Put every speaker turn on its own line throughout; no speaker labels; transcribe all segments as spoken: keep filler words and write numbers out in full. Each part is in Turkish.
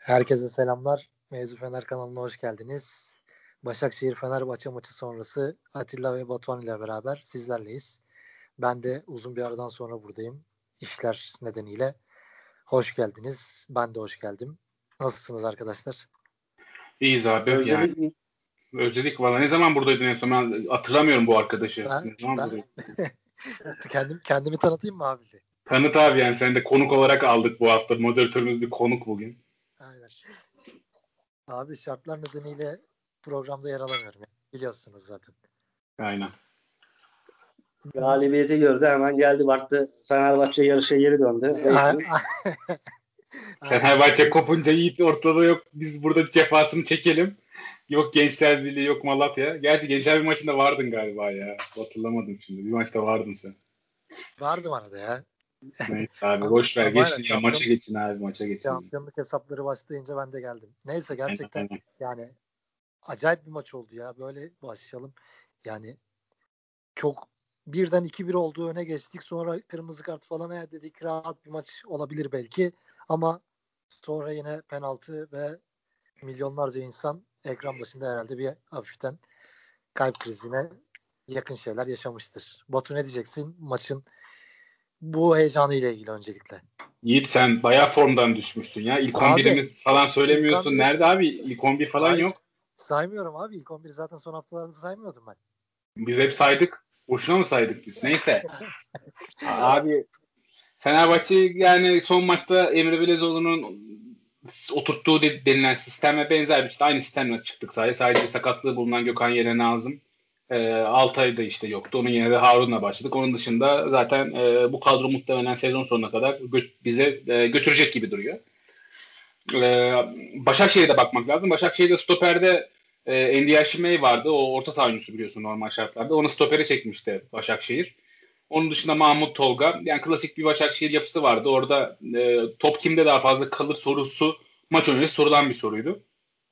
Herkese selamlar. Mevzu Fener kanalına hoş geldiniz. Başakşehir-Fenerbahçe maçı sonrası Atilla ve Batuhan ile beraber sizlerleyiz. Ben de uzun bir aradan sonra buradayım. İşler nedeniyle. Hoş geldiniz. Ben de hoş geldim. Nasılsınız arkadaşlar?
İyiyiz abi.
Özledik.
Yani, özledik valla. Ne zaman buradaydın en son? Ben hatırlamıyorum bu arkadaşı.
Ben,
ne zaman
ben kendim, kendimi tanıtayım mı abi?
Tanıt abi, yani seni de konuk olarak aldık bu hafta. Moderatörümüz bir konuk bugün.
Aynen. Abi şartlar nedeniyle programda yer alamıyorum. Biliyorsunuz zaten.
Aynen.
Galibiyeti gördü, hemen geldi, baktı Fenerbahçe yarışa geri döndü.
Fenerbahçe kopunca Yiğit ortada yok. Biz burada cefasını çekelim. Yok Gençler Birliği, yok Malatya. Gerçi Gençler bir maçında vardın galiba ya. Hatırlamadım şimdi. Bir maçta vardın sen.
Vardı bana da ya.
Neyse abi boş ver. Geçin ya, maça geçin abi, maça geçin.
Şampiyonluk hesapları başlayınca ben de geldim. Neyse gerçekten aynen, aynen. Yani acayip bir maç oldu ya. Böyle başlayalım. Yani çok birden iki bir oldu, öne geçtik. Sonra kırmızı kart falan ya dedik, rahat bir maç olabilir belki. Ama sonra yine penaltı ve milyonlarca insan ekran başında herhalde bir hafiften kalp krizine yakın şeyler yaşamıştır. Batu, ne diyeceksin maçın bu heyecanı ile ilgili öncelikle?
Yiğit, sen bayağı formdan düşmüşsün ya. İlk on birimiz falan söylemiyorsun.
on bir
Nerede abi? İlk on bir falan
Hayır,
yok.
Saymıyorum abi. İlk on biri zaten son haftalarda saymıyordum ben.
Biz hep saydık. Boşuna mı saydık biz? Neyse. Abi Fenerbahçe yani son maçta Emre Belezoğlu'nun oturttuğu denilen sisteme benzer bir işte. Aynı sistemle çıktık sahaya. Sadece sakatlığı bulunan Gökhan yerine Nazım. E, Altay'da işte yoktu. Onun yerine de Harun'la başladık. Onun dışında zaten e, bu kadro muhtemelen sezon sonuna kadar gö- bize e, götürecek gibi duruyor. E, Başakşehir'e de bakmak lazım. Başakşehir'de stoperde e, Ndiaye vardı. O orta saha oyuncusu biliyorsun normal şartlarda. Onu stopere çekmişti Başakşehir. Onun dışında Mahmut Tolga. Yani klasik bir Başakşehir yapısı vardı. Orada e, top kimde daha fazla kalır sorusu maç öncesi sorulan bir soruydu.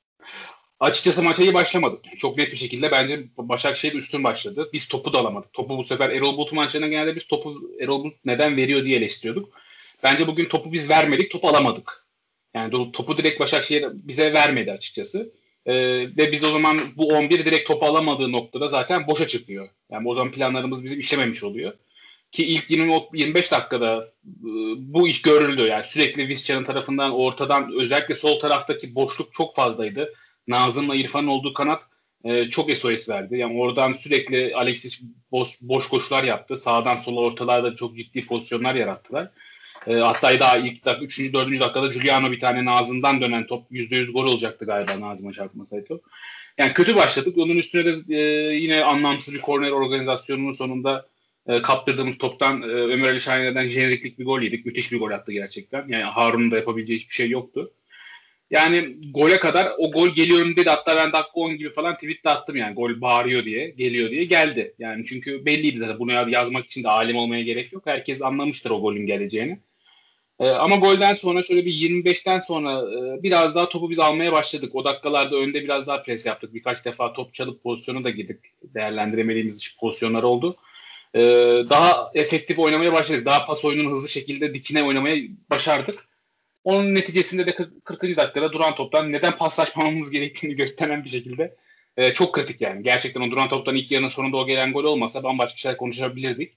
Açıkçası maça iyi başlamadık. Çok net bir şekilde bence Başakşehir üstün başladı. Biz topu da alamadık. Topu bu sefer Erol Bulut maçlarına genelde biz topu Erol Bulut neden veriyor diye eleştiriyorduk. Bence bugün topu biz vermedik, topu alamadık. Yani topu direkt Başakşehir bize vermedi açıkçası. Ee, ve biz o zaman bu on bir direkt topu alamadığı noktada zaten boşa çıkıyor. Yani o zaman planlarımız bizim işlememiş oluyor. Ki ilk yirmi yirmi beş dakikada e, bu iş görüldü. Yani sürekli Visca'nın tarafından ortadan özellikle sol taraftaki boşluk çok fazlaydı. Nazım'la İrfan'ın olduğu kanat e, çok S O S verdi. Yani oradan sürekli Alexis boş, boş koşular yaptı. Sağdan sola ortalarda çok ciddi pozisyonlar yarattılar. E, hatta daha ilk dakika, üçüncü dördüncü dakikada Giuliano bir tane Nazım'dan dönen top yüzde yüz gol olacaktı galiba Nazım'a çarpmasaydı top. Yani kötü başladık. Onun üstüne de e, yine anlamsız bir korner organizasyonunun sonunda e, kaptırdığımız toptan e, Ömer Ali Şahiner'den jeneriklik bir gol yedik. Müthiş bir gol attı gerçekten. Yani Harun'un da yapabileceği hiçbir şey yoktu. Yani gole kadar o gol geliyorum dedi. Hatta ben dakika on gibi falan tweet de attım yani. Gol bağırıyor diye, geliyor diye. Geldi. Yani çünkü belliydi zaten. Bunu yazmak için de alim olmaya gerek yok. Herkes anlamıştır o golün geleceğini. Ee, ama golden sonra şöyle bir yirmi beşten sonra e, biraz daha topu biz almaya başladık. O dakikalarda önde biraz daha pres yaptık. Birkaç defa top çalıp pozisyona da girdik. Değerlendiremediğimiz pozisyonlar oldu. Ee, daha efektif oynamaya başladık. Daha pas oyununu hızlı şekilde dikine oynamaya başardık. Onun neticesinde de kırkıncı dakikada duran toptan neden paslaşmamamız gerektiğini gösteren bir şekilde e, çok kritik yani. Gerçekten o duran toptan ilk yarının sonunda o gelen gol olmasa bambaşka şeyler konuşabilirdik.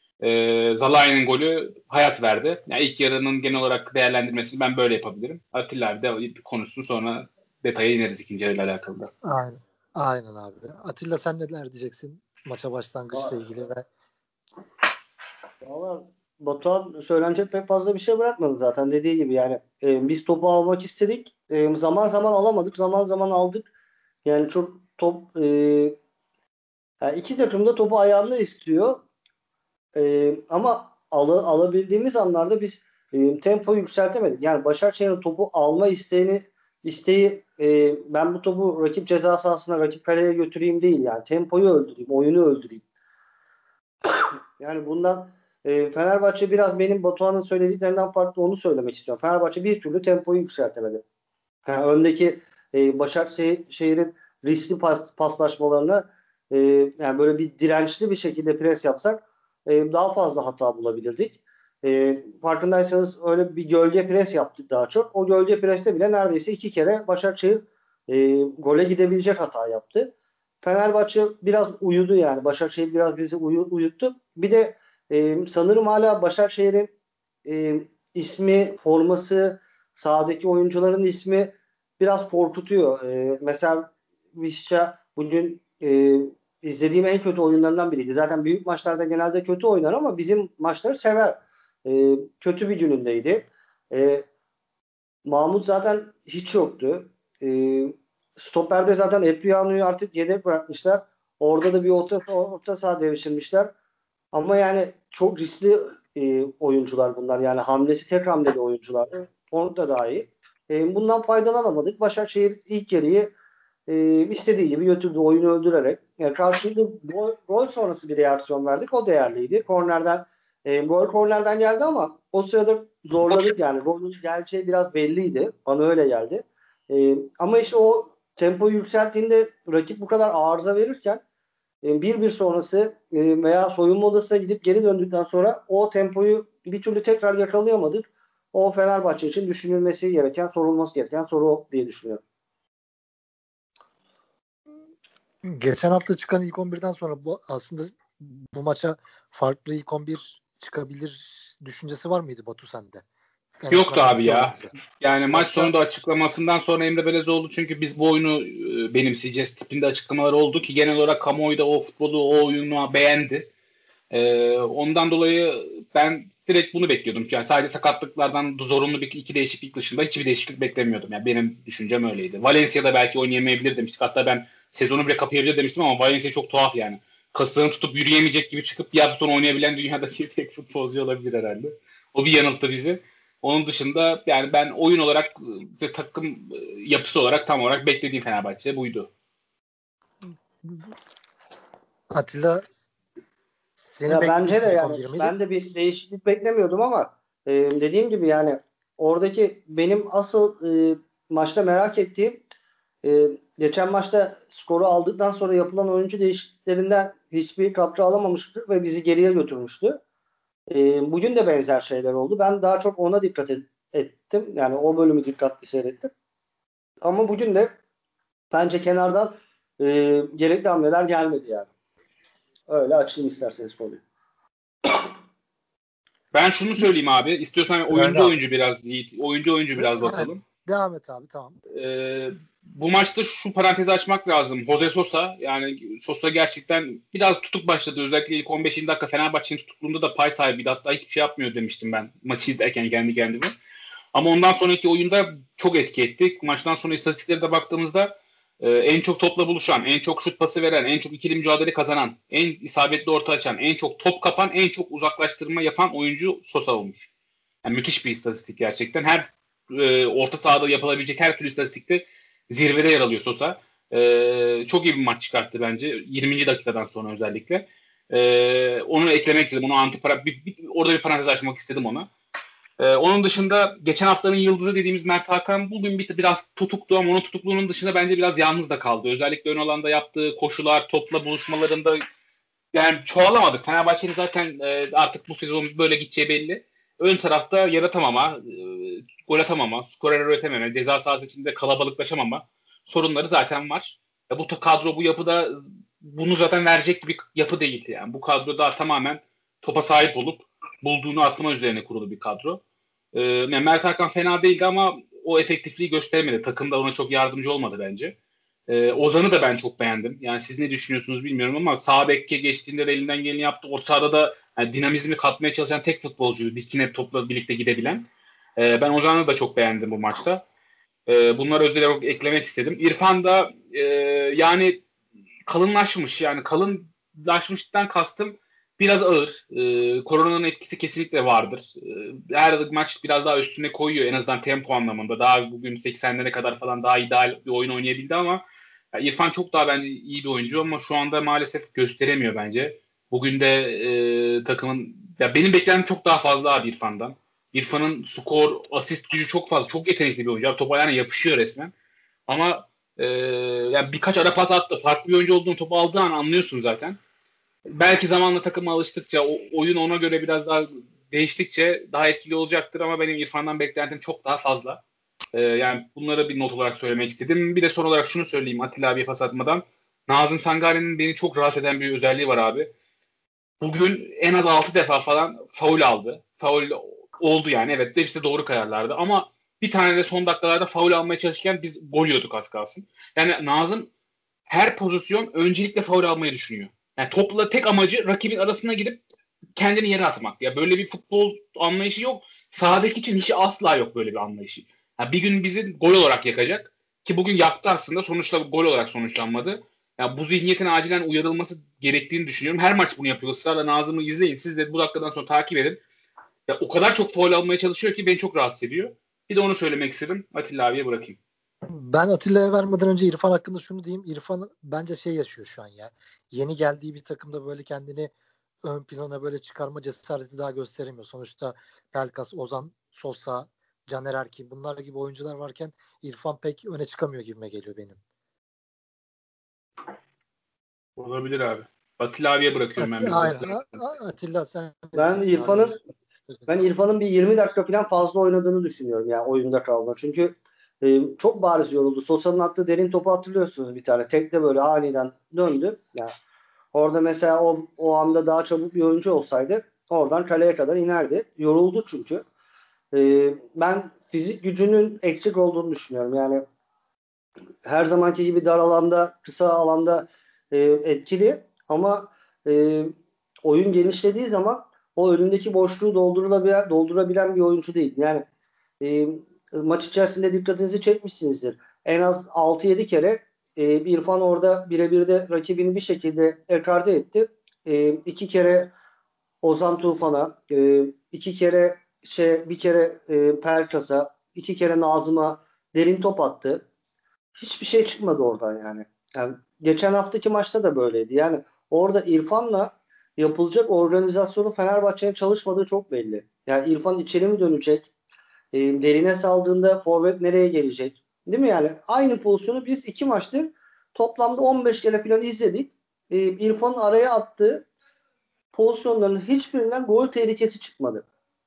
E, Zalai'nin golü hayat verdi. Yani ilk yarının genel olarak değerlendirmesini ben böyle yapabilirim. Atilla abi de konuşsun, sonra detaya ineriz ikinci yarıyla alakalı da.
Aynen. Aynen abi. Atilla, sen neler diyeceksin maça başlangıçla ilgili ve
Valla Batuhan söylenecek pek fazla bir şey bırakmadı zaten, dediği gibi yani e, biz topu almak istedik. E, zaman zaman alamadık, zaman zaman aldık. Yani çok top e, yani iki takım da topu ayağında istiyor. E, ama al, alabildiğimiz anlarda biz e, tempoyu yükseltemedik. Yani Başakşehir'in topu alma isteğini isteği e, ben bu topu rakip ceza sahasına, rakip kaleye götüreyim değil yani. Tempoyu öldüreyim, oyunu öldüreyim. Yani bundan e, Fenerbahçe biraz benim Batuhan'ın söylediklerinden farklı, onu söylemek istiyorum. Fenerbahçe bir türlü tempoyu yükseltemedi. Yani öndeki e, Başakşehir'in riskli pas, paslaşmalarını e, yani böyle bir dirençli bir şekilde pres yapsak e, daha fazla hata bulabilirdik. E, farkındaysanız öyle bir gölge pres yaptık daha çok. O gölge preste bile neredeyse iki kere Başakşehir e, gole gidebilecek hata yaptı. Fenerbahçe biraz uyudu yani. Başakşehir biraz bizi uyu, uyuttu. Bir de e, sanırım hala Başakşehir'in e, ismi, forması, sahadaki oyuncuların ismi biraz korkutuyor. E, mesela Visca bugün e, izlediğim en kötü oyunlarından biriydi. Zaten büyük maçlarda genelde kötü oynar ama bizim maçları sever. E, kötü bir günündeydi. E, Mahmut zaten hiç yoktu. E, Stoper'de zaten Epriano'yu artık yedek bırakmışlar. Orada da bir orta, orta saha devşirmişler. Ama yani çok riskli e, oyuncular bunlar. Yani hamlesi tek hamleli oyuncular. Onu da dahi. E, bundan faydalanamadık. Başakşehir ilk yarıyı e, istediği gibi götürdü oyunu öldürerek. Yani karşılıklı gol, gol sonrası bir reaksiyon verdik. O değerliydi. Kornerden e, gol kornerden geldi ama o sırada zorladık yani. Golün geleceği biraz belliydi. Bana öyle geldi. E, ama işte o tempoyu yükselttiğinde rakip bu kadar arıza verirken bir bir sonrası veya soyunma odasına gidip geri döndükten sonra o tempoyu bir türlü tekrar yakalayamadık. O Fenerbahçe için düşünülmesi gereken, sorulması gereken soru diye düşünüyorum.
Geçen hafta çıkan ilk on birden sonra bu aslında bu maça farklı ilk on bir çıkabilir düşüncesi var mıydı Batu sende? En
Yoktu abi ya.
Oyuncu.
Yani maç
Yoksa...
sonunda açıklamasından sonra Emre Belezoğlu çünkü biz bu oyunu e, benimseyeceğiz tipinde açıklamaları oldu ki genel olarak kamuoyu da o futbolu, o oyunu beğendi. E, ondan dolayı ben direkt bunu bekliyordum. Yani sadece sakatlıklardan zorunlu bir iki değişiklik dışında hiçbir değişiklik beklemiyordum. Yani benim düşüncem öyleydi. Valencia'da belki oynayamayabilir demiştik. Hatta ben sezonu bile kapayabilir demiştim ama Valencia çok tuhaf yani. Kaslarını tutup yürüyemeyecek gibi çıkıp bir hafta sonra oynayabilen dünyadaki tek futbolcu olabilir herhalde. O bir yanılttı bizi. Onun dışında yani ben oyun olarak ve takım yapısı olarak tam olarak beklediğim Fenerbahçe buydu.
Atilla
ya bence de yani ben de bir değişiklik beklemiyordum ama e, dediğim gibi yani oradaki benim asıl e, maçta merak ettiğim e, geçen maçta skoru aldıktan sonra yapılan oyuncu değişikliklerinden hiçbir katkı alamamıştık ve bizi geriye götürmüştü. E, bugün de benzer şeyler oldu. Ben daha çok ona dikkat et, ettim. Yani o bölümü dikkatli seyrettim. Ama bugün de bence kenardan e, gerekli hamleler gelmedi yani. Öyle açayım isterseniz konuyu.
Ben şunu söyleyeyim abi. İstiyorsan oyuncu evet, oyuncu biraz Yiğit. Oyuncu oyuncu biraz bakalım.
Devam et abi tamam.
Ee, bu maçta şu parantezi açmak lazım. Jose Sosa yani Sosa gerçekten biraz tutuk başladı. Özellikle ilk on beş yirmi dakika Fenerbahçe'nin tutukluğunda da pay sahibiydi. Hatta hiçbir şey yapmıyor demiştim ben maçı izlerken kendi kendime. Ama ondan sonraki oyunda çok etki etti. Maçtan sonra istatistiklere de baktığımızda e, en çok topla buluşan, en çok şut pası veren, en çok ikili mücadele kazanan, en isabetli orta açan, en çok top kapan, en çok uzaklaştırma yapan oyuncu Sosa olmuş. Yani müthiş bir istatistik gerçekten. Her e, orta sahada yapılabilecek her türlü istatistikte zirvede yer alıyor Sosa. E, çok iyi bir maç çıkarttı bence. yirminci dakikadan sonra özellikle. E, onu eklemek istedim. Onu antipara bir, bir, orada bir parantez açmak istedim ona. Ee, onun dışında geçen haftanın yıldızı dediğimiz Mert Hakan bugün bir, biraz tutuktu ama onun tutukluğunun dışında bence biraz yalnız da kaldı. Özellikle ön alanda yaptığı koşular, topla buluşmalarında yani çoğalamadık. Fenerbahçe'nin zaten e, artık bu sezon böyle gideceği belli. Ön tarafta yaratamama, e, gol atamama, skorer üretememe, ceza sahası içinde kalabalıklaşamama sorunları zaten var. Ya bu kadro bu yapıda bunu zaten verecek bir yapı değil yani. Bu kadroda tamamen topa sahip olup bulduğunu atma üzerine kurulu bir kadro. Ee, yani Mert Hakan fena değildi ama o efektifliği göstermedi. Takım da ona çok yardımcı olmadı bence. Ee, Ozan'ı da ben çok beğendim. Yani siz ne düşünüyorsunuz bilmiyorum ama sağ bekke geçtiğinde de elinden geleni yaptı. Orta sahada da yani dinamizmi katmaya çalışan tek futbolcu. Dikine topla birlikte gidebilen. Ee, ben Ozan'ı da çok beğendim bu maçta. Ee, bunları özellikle eklemek istedim. İrfan da e, yani kalınlaşmış. Yani kalınlaşmıştan kastım biraz ağır. Ee, koronanın etkisi kesinlikle vardır. Ee, her maç biraz daha üstüne koyuyor en azından tempo anlamında. Daha bugün seksenlere kadar falan daha ideal bir oyun oynayabildi ama yani İrfan çok daha bence iyi bir oyuncu ama şu anda maalesef gösteremiyor bence. Bugün de e, takımın ya benim beklentim çok daha fazla abi İrfan'dan. İrfan'ın skor, asist gücü çok fazla. Çok yetenekli bir oyuncu. Top ayağına yapışıyor resmen. Ama e, yani birkaç ara pas attı. Farklı bir oyuncu olduğunu topu aldığı an anlıyorsun zaten. Belki zamanla takıma alıştıkça o oyun ona göre biraz daha değiştikçe daha etkili olacaktır ama benim İrfan'dan beklentim çok daha fazla. Ee, yani bunları bir not olarak söylemek istedim. Bir de son olarak şunu söyleyeyim Atilla abiye pas atmadan. Nazım Sangari'nin beni çok rahatsız eden bir özelliği var abi. Bugün en az altı defa falan faul aldı. Faul oldu yani. Evet, hepsi de doğru kararlardı. Ama bir tane de son dakikalarda faul almaya çalışırken biz gol yiyorduk az kalsın. Yani Nazım her pozisyon öncelikle faul almayı düşünüyor. Yani topla tek amacı rakibin arasına girip kendini yere atmak. Ya böyle bir futbol anlayışı yok. Sahadaki için hiç asla yok böyle bir anlayışı. Yani bir gün bizi gol olarak yakacak. Ki bugün yaktı aslında. Sonuçta gol olarak sonuçlanmadı. Yani bu zihniyetin acilen uyarılması gerektiğini düşünüyorum. Her maç bunu yapıyor. Israrla Nazım'ı izleyin. Siz de bu dakikadan sonra takip edin. Ya o kadar çok faul almaya çalışıyor ki beni çok rahatsız ediyor. Bir de onu söylemek istedim. Atilla abiye bırakayım.
Ben Atilla'ya vermeden önce İrfan hakkında şunu diyeyim. İrfan bence şey yaşıyor şu an ya. Yeni geldiği bir takımda böyle kendini ön plana böyle çıkarma cesareti daha gösteremiyor. Sonuçta Pelkas, Ozan, Sosa, Caner Erkin bunlar gibi oyuncular varken İrfan pek öne çıkamıyor gibime geliyor benim.
Olabilir abi. Atilla abiye bırakıyorum
At-
ben.
Aynen. Atilla sen ne
Ben
diyeceksin
İrfan'ın
abi?
ben İrfan'ın bir yirmi dakika falan fazla oynadığını düşünüyorum yani oyunda kalma. Çünkü e, çok bariz yoruldu. Sosa'nın attığı derin topu hatırlıyorsunuz bir tane. Tekte böyle aniden döndü. Yani orada mesela o, o anda daha çabuk bir oyuncu olsaydı oradan kaleye kadar inerdi. Yoruldu çünkü. E, ben fizik gücünün eksik olduğunu düşünüyorum. Yani her zamanki gibi dar alanda, kısa alanda e, etkili ama e, oyun genişlediği zaman o önündeki boşluğu doldurulabilen, doldurabilen bir oyuncu değil. Yani e, maç içerisinde dikkatinizi çekmişsinizdir. En az altı yedi kere e, İrfan orada birebir de rakibini bir şekilde ekarte etti. E, iki kere Ozan Tufan'a, e, iki kere şey bir kere e, Pelkas'a, iki kere Nazım'a derin top attı. Hiçbir şey çıkmadı oradan yani. Yani geçen haftaki maçta da böyleydi. Yani orada İrfan'la yapılacak organizasyonu Fenerbahçe'nin çalışmadığı çok belli. Yani İrfan içeri mi dönecek? E, derine saldığında forvet nereye gelecek? Değil mi yani? Aynı pozisyonu biz iki maçtır toplamda on beş kere falan izledik. E, İrfan'ın araya attığı pozisyonların hiçbirinden gol tehlikesi çıkmadı.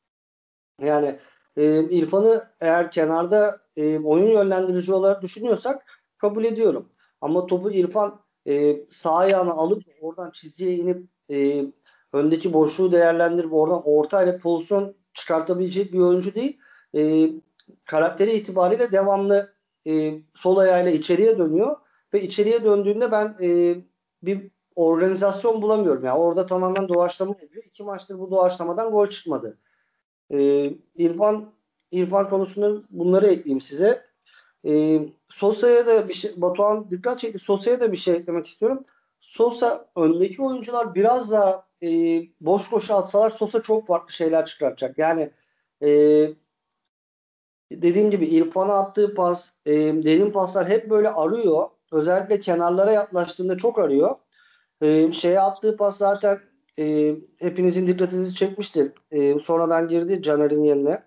Yani e, İrfan'ı eğer kenarda e, oyun yönlendirici olarak düşünüyorsak kabul ediyorum. Ama topu İrfan e, sağ ayağına alıp oradan çizgiye inip e, öndeki boşluğu değerlendirip oradan ortayla pozisyon çıkartabilecek bir oyuncu değil. E, karakteri itibariyle devamlı e, sol ayağıyla içeriye dönüyor ve içeriye döndüğünde ben e, bir organizasyon bulamıyorum. Yani orada tamamen doğaçlama oluyor. İki maçtır bu doğaçlamadan gol çıkmadı. Ee, İrfan İrfan konusunda bunları ekleyeyim size. Ee, Sosa'ya da bir şey, Batuhan dikkat çekti. Sosa'ya da bir şey eklemek istiyorum. Sosa öndeki oyuncular biraz daha e, boş boş atsalar Sosa çok farklı şeyler çıkartacak. Yani e, dediğim gibi İrfan'a attığı pas, e, derin paslar hep böyle arıyor. Özellikle kenarlara yaklaştığında çok arıyor. E, şeye attığı pas zaten e, hepinizin dikkatinizi çekmiştir. E, sonradan girdi Caner'in yerine.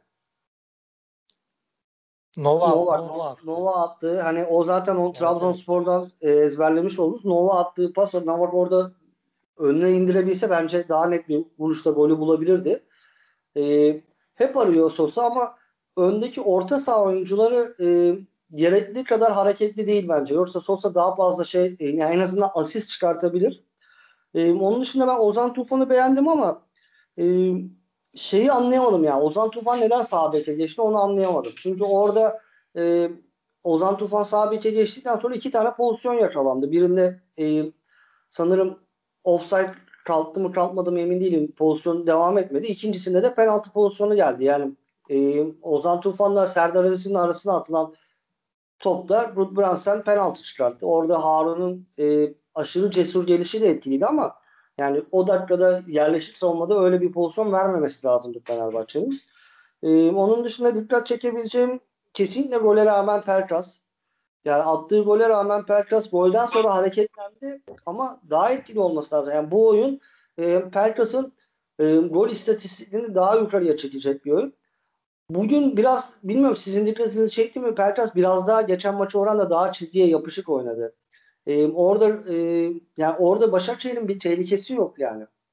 Nova,
Nova,
Nova attı.
Nova attığı hani o zaten o
Evet,
Trabzonspor'dan e, ezberlemiş olmuş. Nova attığı pas Navak orada önüne indirebilse bence daha net bir vuruşta golü bulabilirdi. E, hep arıyor Sosa ama öndeki orta saha oyuncuları e, gerekli kadar hareketli değil bence. Yoksa Sosa daha fazla şey e, yani en azından asist çıkartabilir. E, onun dışında ben Ozan Tufan'ı beğendim ama e, şeyi anlayamadım ya. Ozan Tufan neden sağ beke geçti onu anlayamadım. Çünkü orada e, Ozan Tufan sağ beke geçtikten sonra iki tane pozisyon yakalandı. Birinde e, sanırım offside kalktı mı kalkmadı mı emin değilim. Pozisyon devam etmedi. İkincisinde de penaltı pozisyonu geldi. Yani e, Ozan Tufan'la Serdar Aziz'in arasına atılan topta Ruud Brandsen penaltı çıkarttı. Orada Harun'un e, aşırı cesur gelişi de etkiliydi ama yani o dakikada yerleşik savunmada öyle bir pozisyon vermemesi lazımdı Fenerbahçe'nin. E, onun dışında dikkat çekebileceğim kesinlikle gole rağmen Pelkas. Yani attığı gole rağmen Pelkas golden sonra hareketlendi ama daha etkili olması lazım. Yani bu oyun e, Pelkas'ın e, gol istatistiklerini daha yukarıya çekecek bir oyun. Bugün biraz bilmiyorum sizin dikkatinizi çekti mi? Pelkas biraz daha geçen maçı oranla daha çizgiye yapışık oynadı. Ee, orada e, yani orada Başakşehir'in bir tehlikesi yok yani.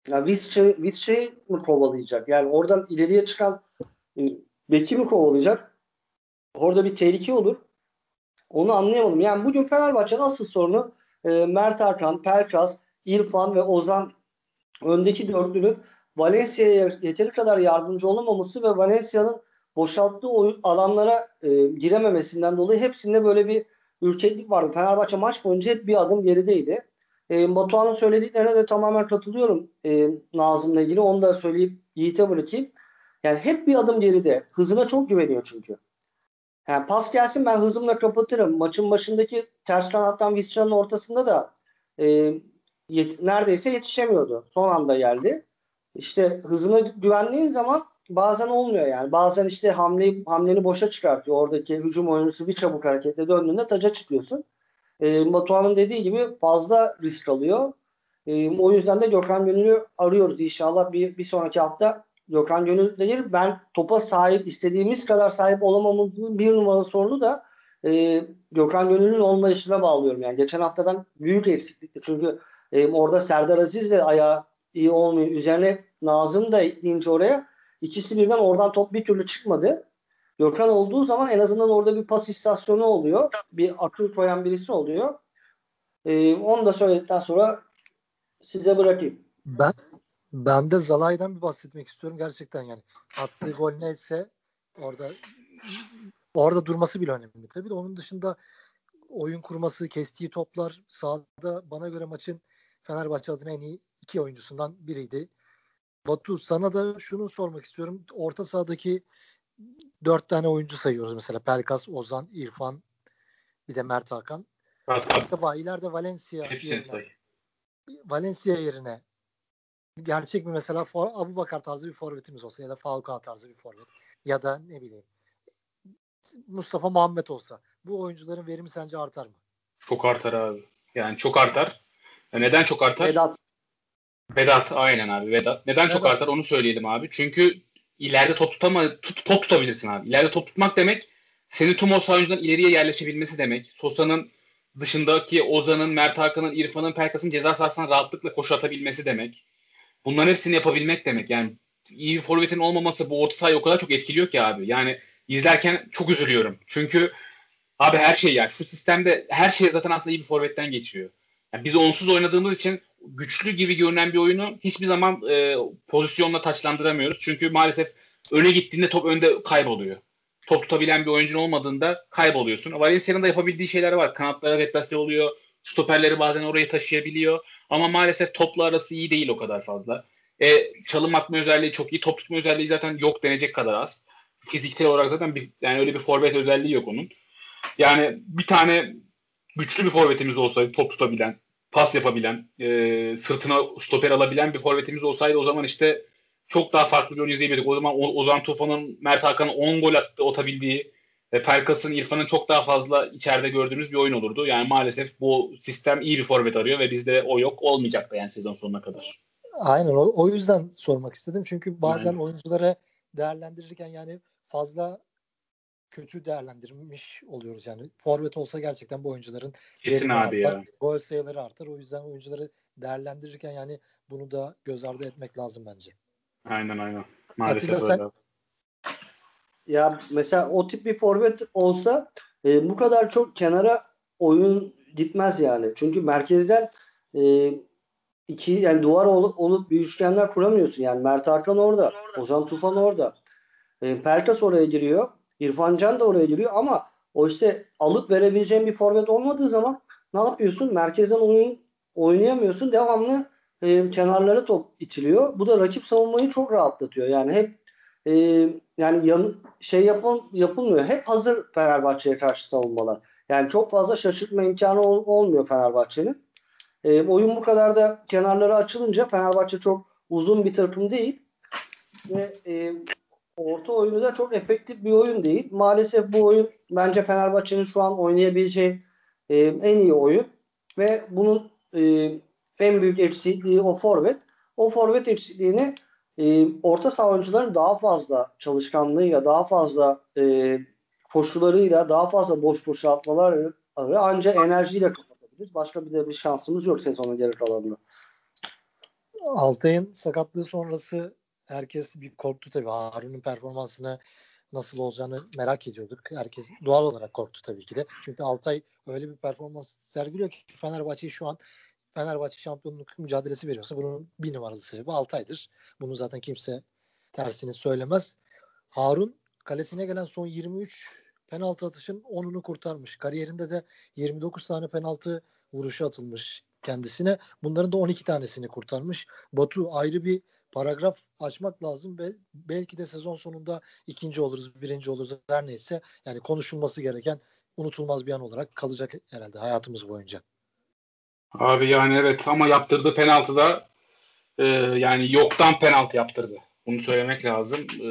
Ya Visca, Visca'yı mı kovalayacak? Yani oradan ileriye çıkan e, beki mi kovalayacak? Orada bir tehlike olur. Onu anlayamadım. Yani bugün Fenerbahçe'nin asıl sorunu e, Mert Hakan, Pelkas, İrfan ve Ozan öndeki dörtlünün Valencia'ya yeteri kadar yardımcı olamaması ve Valencia'nın boşalttığı oy- alanlara e, girememesinden dolayı hepsinde böyle bir ürkeklik vardı. Fenerbahçe maç boyunca hep bir adım gerideydi. E, Batuhan'ın söylediklerine de tamamen katılıyorum e, Nazım'la ilgili. Onu da söyleyip Yiğit'e bırakayım. Yani hep bir adım geride. Hızına çok güveniyor çünkü. Yani pas gelsin ben hızımla kapatırım. Maçın başındaki ters kanattan Visca'nın ortasında da e, yet- neredeyse yetişemiyordu. Son anda geldi. İşte hızına güvendiğin zaman bazen olmuyor yani. Bazen işte hamleyi, hamleni boşa çıkartıyor. Oradaki hücum oyuncusu bir çabuk hareketle döndüğünde taca çıkıyorsun. E, Batuhan'ın dediği gibi fazla risk alıyor. E, o yüzden de Gökhan Gönül'ü arıyoruz. İnşallah bir, bir sonraki hafta Gökhan Gönül de gelir. Ben topa sahip, istediğimiz kadar sahip olamamızın bir numaralı sorunu da e, Gökhan Gönül'ün olmayışına bağlıyorum. Yani geçen haftadan büyük eksiklikti. Çünkü e, orada Serdar Aziz de ayağı iyi olmuyor. Üzerine Nazım da ekleyince oraya ikisi birden oradan top bir türlü çıkmadı. Gökhan olduğu zaman en azından orada bir pas istasyonu oluyor. Bir akıl koyan birisi oluyor. Ee, onu da söyledikten sonra size bırakayım.
Ben ben de Zalai'den bir bahsetmek istiyorum gerçekten yani. Attığı gol neyse orada orada durması bile önemli tabii de onun dışında oyun kurması, kestiği toplar sahada bana göre maçın Fenerbahçe adına en iyi iki oyuncusundan biriydi. Batu sana da şunu sormak istiyorum. Orta sahadaki dört tane oyuncu sayıyoruz mesela. Pelkas, Ozan, İrfan, bir de Mert Hakan.
Bak bak.
Acaba ileride Valencia
Hepsini say.
yerine Valencia yerine gerçek bir mesela For, Abubakar tarzı bir forvetimiz olsa ya da Falcao tarzı bir forvet ya da ne bileyim Mustafa Muhammed olsa bu oyuncuların verimi sence artar mı?
Çok artar abi. Yani çok artar. Ya neden çok artar?
Vedat.
Vedat aynen abi Vedat. Neden çok
Vedat.
artar onu söyleyelim abi. Çünkü ileride top tutama tut, top tutabilirsin abi. İleride top tutmak demek senin tüm o saha oyuncudan ileriye yerleşebilmesi demek. Sosa'nın dışındaki Ozan'ın, Mert Hakan'ın, İrfan'ın, Pelkas'ın ceza sahasına rahatlıkla koşu atabilmesi demek. Bunların hepsini yapabilmek demek. Yani iyi bir forvetin olmaması bu orta sahayı o kadar çok etkiliyor ki abi. Yani izlerken çok üzülüyorum. Çünkü abi her şey yani şu sistemde her şey zaten aslında iyi bir forvetten geçiyor. Yani biz onsuz oynadığımız için güçlü gibi görünen bir oyunu hiçbir zaman e, pozisyonla taçlandıramıyoruz. Çünkü maalesef öne gittiğinde top önde kayboluyor. Top tutabilen bir oyuncun olmadığında kayboluyorsun. Valencia'nın da yapabildiği şeyler var. Kanatlara deplase oluyor. Stoperleri bazen oraya taşıyabiliyor. Ama maalesef topla arası iyi değil o kadar fazla. E, çalım atma özelliği çok iyi. Top tutma özelliği zaten yok denecek kadar az. Fiziksel olarak zaten bir, yani öyle bir forvet özelliği yok onun. Yani bir tane güçlü bir forvetimiz olsaydı, top tutabilen, pas yapabilen, e, sırtına stoper alabilen bir forvetimiz olsaydı o zaman işte çok daha farklı bir oyun izleyebilirdik. O zaman Ozan Tufan'ın, Mert Hakan'ın on gol attı, atabildiği, e, Pelkas'ın, İrfan'ın çok daha fazla içeride gördüğümüz bir oyun olurdu. Yani maalesef bu sistem iyi bir forvet arıyor ve bizde o yok. Olmayacak da yani sezon sonuna kadar.
Aynen o, o yüzden sormak istedim. Çünkü bazen
Aynen.
oyuncuları değerlendirirken yani fazla kötü değerlendirmiş oluyoruz yani. Forvet olsa gerçekten bu oyuncuların
Kesin
verimi
abi
artar,
ya.
gol sayıları artar. O yüzden oyuncuları değerlendirirken yani bunu da göz ardı etmek lazım bence.
Aynen aynen.
Atilla
Maalesef
sen
öyle.
Ya mesela o tip bir forvet olsa e, bu kadar çok kenara oyun gitmez yani. Çünkü merkezden e, iki yani duvar olup, olup bir üçgenler kuramıyorsun. Yani Mert Hakan orada, Ozan Tufan orada. E, Pelkas oraya giriyor. İrfan Can da oraya giriyor ama o işte alıp verebileceğin bir forvet olmadığı zaman ne yapıyorsun? Merkezden oyun oynayamıyorsun. Devamlı e, kenarlara top itiliyor. Bu da rakip savunmayı çok rahatlatıyor. Yani hep e, yani yan, şey yapıl, yapılmıyor. Hep hazır Fenerbahçe'ye karşı savunmalar. Yani çok fazla şaşırtma imkanı ol, olmuyor Fenerbahçe'nin. E, oyun bu kadar da kenarları açılınca Fenerbahçe çok uzun bir takım değil. Ve e, orta oyunu da çok efektif bir oyun değil. Maalesef bu oyun bence Fenerbahçe'nin şu an oynayabileceği e, en iyi oyun. Ve bunun e, en büyük eksikliği o forvet. O forvet eksikliğini e, orta saha oyuncuların daha fazla çalışkanlığıyla, daha fazla e, koşularıyla, daha fazla boş boşaltmalar ve ancak enerjiyle kapatabiliriz. Başka bir de bir şansımız yok sezonun geri kalanında.
Altay'ın sakatlığı sonrası herkes bir korktu tabii. Harun'un performansını nasıl olacağını merak ediyorduk. Herkes doğal olarak korktu tabii ki de. Çünkü Altay öyle bir performans sergiliyor ki Fenerbahçe'yi şu an Fenerbahçe şampiyonluk mücadelesi veriyorsa bunun bir numaralı sebebi Altay'dır. Bunu zaten kimse tersini söylemez. Harun kalesine gelen son yirmi üç penaltı atışın onunu kurtarmış. Kariyerinde de yirmi dokuz tane penaltı vuruşu atılmış kendisine. Bunların da on iki tanesini kurtarmış. Batu, ayrı bir paragraf açmak lazım ve belki de sezon sonunda ikinci oluruz, birinci oluruz, her neyse. Yani konuşulması gereken unutulmaz bir an olarak kalacak herhalde hayatımız boyunca.
Abi yani evet, ama yaptırdığı penaltıda e, yani yoktan penaltı yaptırdı. Bunu söylemek lazım. E,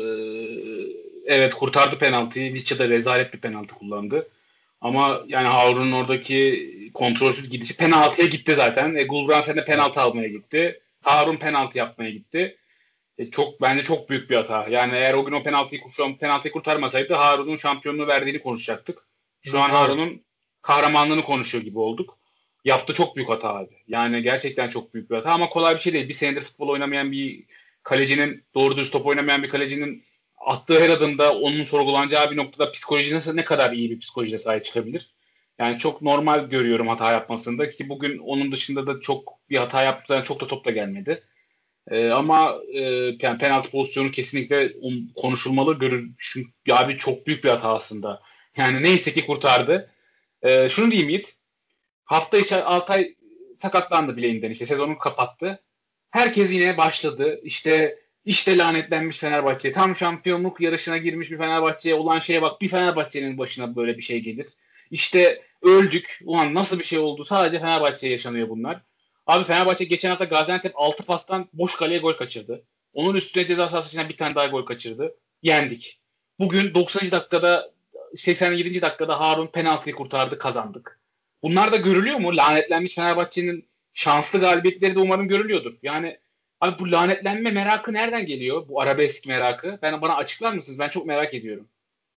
evet, kurtardı penaltıyı. Visca da rezalet bir penaltı kullandı. Ama yani Harun'un oradaki kontrolsüz gidişi penaltıya gitti zaten. E, Gulbrandsen de penaltı almaya gitti. Harun penaltı yapmaya gitti. E, çok bence çok büyük bir hata. Yani eğer o gün o penaltıyı, penaltıyı kurtarmasaydı Harun'un şampiyonluğu verdiğini konuşacaktık. Şu an Harun'un kahramanlığını konuşuyor gibi olduk. Yaptı çok büyük hata abi. Yani gerçekten çok büyük bir hata ama kolay bir şey değil. Bir senedir futbol oynamayan bir kalecinin, doğru düz top oynamayan bir kalecinin attığı her adımda onun sorgulanacağı bir noktada psikoloji nasıl, ne kadar iyi bir psikolojiye sahip çıkabilir? Yani çok normal görüyorum hata yapmasında ki bugün onun dışında da çok bir hata yaptı, çok da top da gelmedi. Ee, ama e, yani penaltı pozisyonu kesinlikle konuşulmalı. Görür, çünkü abi çok büyük bir hata aslında. Yani neyse ki kurtardı. Ee, şunu diyeyim Yiğit. Hafta içi Altay sakatlandı bileğinden, işte sezonu kapattı. Herkes yine başladı. İşte işte lanetlenmiş Fenerbahçe. Tam şampiyonluk yarışına girmiş bir Fenerbahçe'ye olan şeye bak. Bir Fenerbahçe'nin başına böyle bir şey gelir. İşte öldük. Ulan nasıl bir şey oldu? Sadece Fenerbahçe'ye yaşanıyor bunlar. Abi Fenerbahçe geçen hafta Gaziantep altı pastan boş kaleye gol kaçırdı. Onun üstüne ceza sahası içinden bir tane daha gol kaçırdı. Yendik. Bugün doksanıncı dakikada, seksen yedinci dakikada Harun penaltıyı kurtardı, kazandık. Bunlar da görülüyor mu? Lanetlenmiş Fenerbahçe'nin şanslı galibiyetleri de umarım görülüyordur. Yani abi bu lanetlenme merakı nereden geliyor? Bu arabesk merakı. Ben, bana açıklar mısınız? Ben çok merak ediyorum.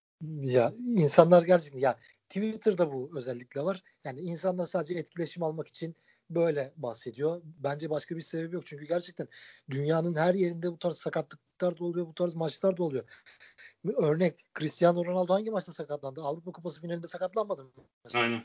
Ya insanlar gerçekten, ya Twitter'da bu özellikle var. Yani insanlar sadece etkileşim almak için böyle bahsediyor. Bence başka bir sebebi yok. Çünkü gerçekten dünyanın her yerinde bu tarz sakatlıklar da oluyor, bu tarz maçlar da oluyor. Örnek, Cristiano Ronaldo hangi maçta sakatlandı? Avrupa Kupası finalinde sakatlanmadı mı mesela?
Aynen.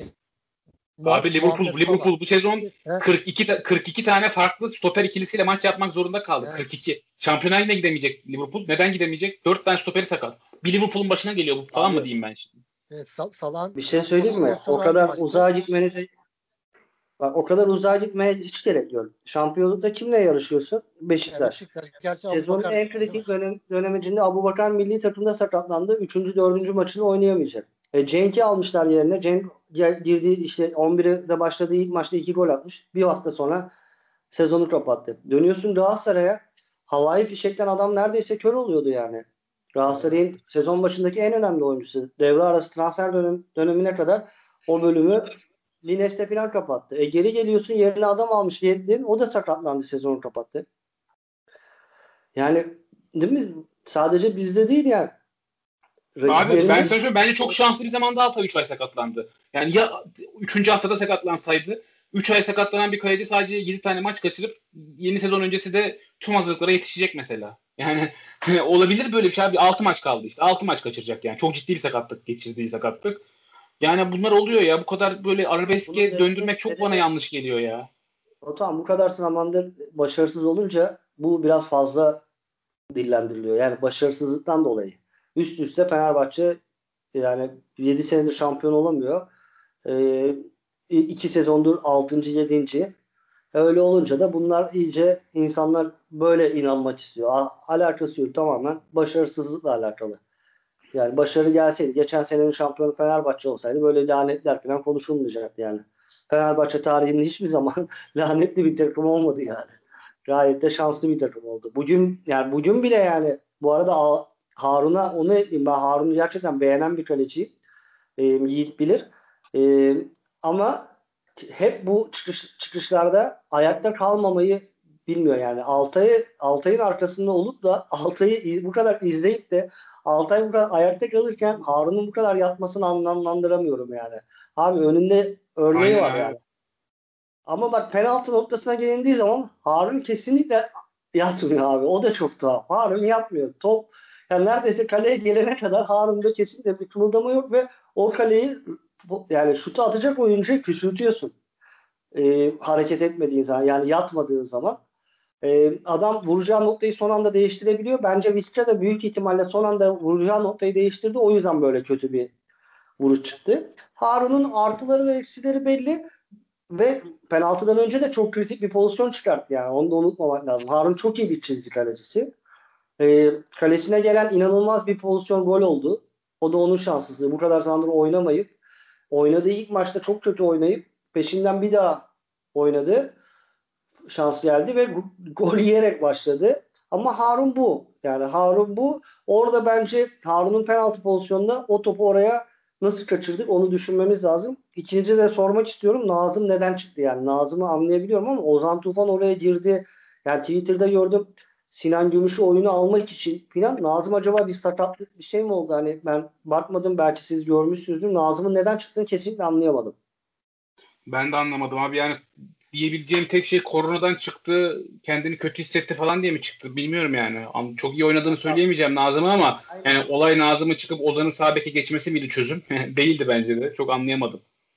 Mu-
Abi Liverpool
Muhammed Salah.
Liverpool bu sezon
He?
kırk iki ta- kırk iki tane farklı stoper ikilisiyle maç yapmak zorunda kaldı.
He.
kırk iki. Şampiyonlar Ligi'ne gidemeyecek Liverpool. Neden gidemeyecek? dört tane stoperi sakat. Bir Liverpool'un başına geliyor bu falan
Abi,
mı diyeyim ben şimdi?
Evet, Sal- Salah'ın
bir şey söyleyeyim mi?
pozisyonu
O
hangi
kadar
maçtı?
uzağa gitmenize bak, o kadar uzağa gitmeye hiç gerek yok. Şampiyonlukta kimle yarışıyorsun?
Evet,
Beşiktaş.
Beşiktaş. Gerçi
Sezonun
Abubakar
en
değil mi?
kritik dönem, dönemecinde Abubakar milli takımda sakatlandı. Üçüncü, dördüncü maçını oynayamayacak. E, Cenk'i almışlar yerine. Cenk girdiği işte on birde başladığı ilk maçta iki gol atmış. Bir hafta sonra sezonu kapattı. Dönüyorsun Galatasaray'a. Havai fişekten adam neredeyse kör oluyordu yani. Galatasaray'ın sezon başındaki en önemli oyuncusu. Devre arası transfer dönem, dönemine kadar o bölümü Lines'te falan kapattı. E geri geliyorsun, yerine adam almış Yedlin. O da sakatlandı, sezonu kapattı. Yani değil mi? Sadece bizde değil yani.
Abi ben sana
Rakiplerinde
söyleyeyim, bence çok şanslı bir zamanda Altay üç ay sakatlandı. Yani ya üçüncü haftada sakatlansaydı, üç ay sakatlanan bir kaleci sadece yedi tane maç kaçırıp yeni sezon öncesi de tüm hazırlıklara yetişecek mesela. Yani hani olabilir böyle bir şey abi. altı maç kaldı işte. altı maç kaçıracak yani. Çok ciddi bir sakatlık, geçirdiği sakatlık. Yani bunlar oluyor ya. Bu kadar böyle
bunu
arabeske döndürmek çok bana
deneme,
yanlış geliyor ya.
o tamam, bu kadar zamandır başarısız olunca bu biraz fazla dillendiriliyor. Yani başarısızlıktan dolayı. Üst üste Fenerbahçe yani yedi senedir şampiyon olamıyor. Ee, iki sezondur altıncı. yedinci. Öyle olunca da bunlar iyice, insanlar böyle inanmak istiyor. A- alakası yok, tamamen başarısızlıkla alakalı. Yani başarı gelseydi, geçen senenin şampiyonu Fenerbahçe olsaydı böyle lanetler falan konuşulmayacaktı yani. Fenerbahçe tarihinde hiçbir zaman lanetli bir takım olmadı yani. Gayet de şanslı bir takım oldu. Bugün yani bugün bile yani, bu arada A- Harun'a onu ekleyeyim. Ben Harun'u gerçekten beğenen bir kaleciyim. E, Yiğit bilir. E, ama hep bu çıkış, çıkışlarda ayakta kalmamayı bilmiyor yani. Altay'ı Altay'ın arkasında olup da Altay'ı bu kadar izleyip de Altay bu kadar ayakta kalırken Harun'un bu kadar yatmasını anlamlandıramıyorum yani. Abi önünde örneği
Aynen
var
aynen.
yani. Ama bak penaltı noktasına gelindiği zaman Harun kesinlikle yatmıyor abi. O da çok tuhaf. Harun yapmıyor. Top yani neredeyse kaleye gelene kadar Harun'da kesinlikle bir kımıldama yok ve o kaleyi yani şutu atacak oyuncuyu küçültüyorsun. Ee, hareket etmediğin zaman yani yatmadığın zaman. Ee, adam vuracağı noktayı son anda değiştirebiliyor. Bence Vizca da büyük ihtimalle son anda vuracağı noktayı değiştirdi. O yüzden böyle kötü bir vuruş çıktı. Harun'un artıları ve eksileri belli. Ve penaltıdan önce de çok kritik bir pozisyon çıkarttı yani. Onu da unutmamak lazım. Harun çok iyi bir çizgi kalecisi. Ee, kalesine gelen inanılmaz bir pozisyon gol oldu. O da onun şanssızlığı. Bu kadar zamandır oynamayıp oynadığı ilk maçta çok kötü oynayıp peşinden bir daha oynadı. Şans geldi ve gol yiyerek başladı. Ama Harun bu. Yani Harun bu. Orada bence Harun'un penaltı pozisyonunda o topu oraya nasıl kaçırdık onu düşünmemiz lazım. İkinci de sormak istiyorum. Nazım neden çıktı yani? Nazım'ı anlayabiliyorum ama Ozan Tufan oraya girdi. Yani Twitter'da gördüm. Sinan Gümüş'ü oyunu almak için filan. Nazım acaba bir sakatlık bir şey mi oldu? Hani ben bakmadım belki siz görmüşsünüzdür. Nazım'ın neden çıktığını kesinlikle anlayamadım.
Ben de anlamadım abi. Yani diyebileceğim tek şey koronadan çıktı, kendini kötü hissetti falan diye mi çıktı bilmiyorum yani. Çok iyi oynadığını söyleyemeyeceğim Nazım'ı ama yani olay Nazım'ı çıkıp Ozan'ın sağ beke geçmesi miydi çözüm? Değildi bence de. Çok anlayamadım.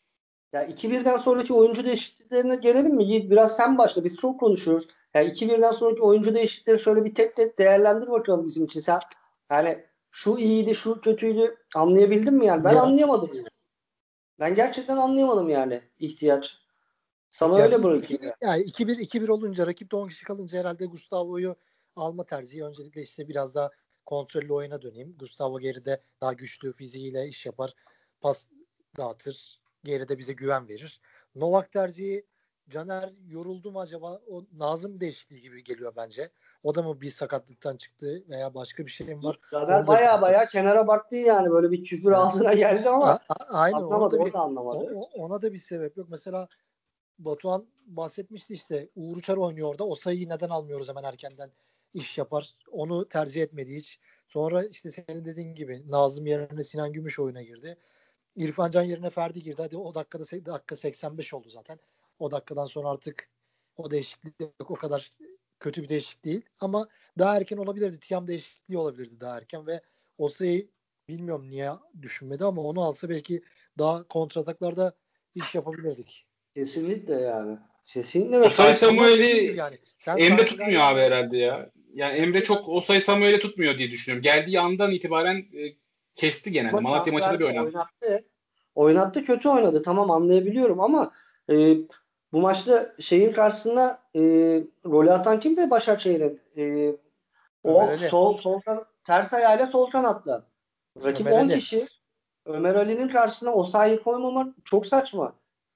Ya iki birden sonraki oyuncu değişikliklerine gelelim mi? Yiğit biraz sen başla. Biz çok konuşuyoruz. Ya iki birden sonraki oyuncu değişiklikleri şöyle bir tek tek değerlendir bakalım bizim için. Sen yani şu iyiydi, şu kötüydü anlayabildin mi yani? Ben
Ya,
anlayamadım yani. Ben gerçekten anlayamadım yani ihtiyaç. Sana
ya
öyle
iki, iki,
bırakayım ya.
yani iki bir iki bir olunca rakip de on kişi kalınca herhalde Gustavo'yu alma tercihi. Öncelikle işte biraz daha kontrollü oyuna döneyim. Gustavo geride daha güçlü fiziğiyle iş yapar. Pas dağıtır. Geride bize güven verir. Novak tercihi Caner yoruldu mu acaba? O Nazım değişikliği gibi geliyor bence. O da mı bir sakatlıktan çıktı veya başka bir şey mi var?
Caner
Onu da
baya
bilmiyorum.
baya kenara baktı yani. Böyle bir küfür
Ha,
ağzına geldi
a-
ama
a- aynen onu
anlamadı.
da
O
bir
da
o,
anlamadı.
o- ona da bir sebep yok. Mesela Batuhan bahsetmişti işte Uğur Uçar oynuyor orada. O sayıyı neden almıyoruz hemen erkenden iş yapar. Onu tercih etmedi hiç. Sonra işte senin dediğin gibi Nazım yerine Sinan Gümüş oyuna girdi. İrfan Can yerine Ferdi girdi. Hadi o dakikada dakika seksen beş oldu zaten. O dakikadan sonra artık o değişiklik yok. O kadar kötü bir değişiklik değil. Ama daha erken olabilirdi. Tiam değişikliği olabilirdi daha erken ve o sayı bilmiyorum niye düşünmedi ama onu alsa belki daha kontrataklarda iş yapabilirdik.
Kesinlikle yani. Kesinlikle ve
Osay
karşı
Ama dediğim gibi
Samuel'i
yani sen
Emre
Sangare
tutmuyor abi
yerine
herhalde ya. Yani Emre
Emre
çok
ben
Osay Samuel'i tutmuyor diye düşünüyorum. Geldiği andan itibaren e, kesti genelde.
ama
Malatya
şans
maçında bir
verdi,
oynadı.
oynattı. Oynattı, kötü oynadı. Tamam anlayabiliyorum ama e, bu maçta şeyin karşısında e, golü atan kimdi Başakşehir'in? E,
Ömer
o
Ali.
sol sol kan- ters ayağıyla sol kanatta. Rakip
Ömer
on
Ali.
kişi. Ömer Ali'nin karşısına o sayıyı koymamak çok saçma.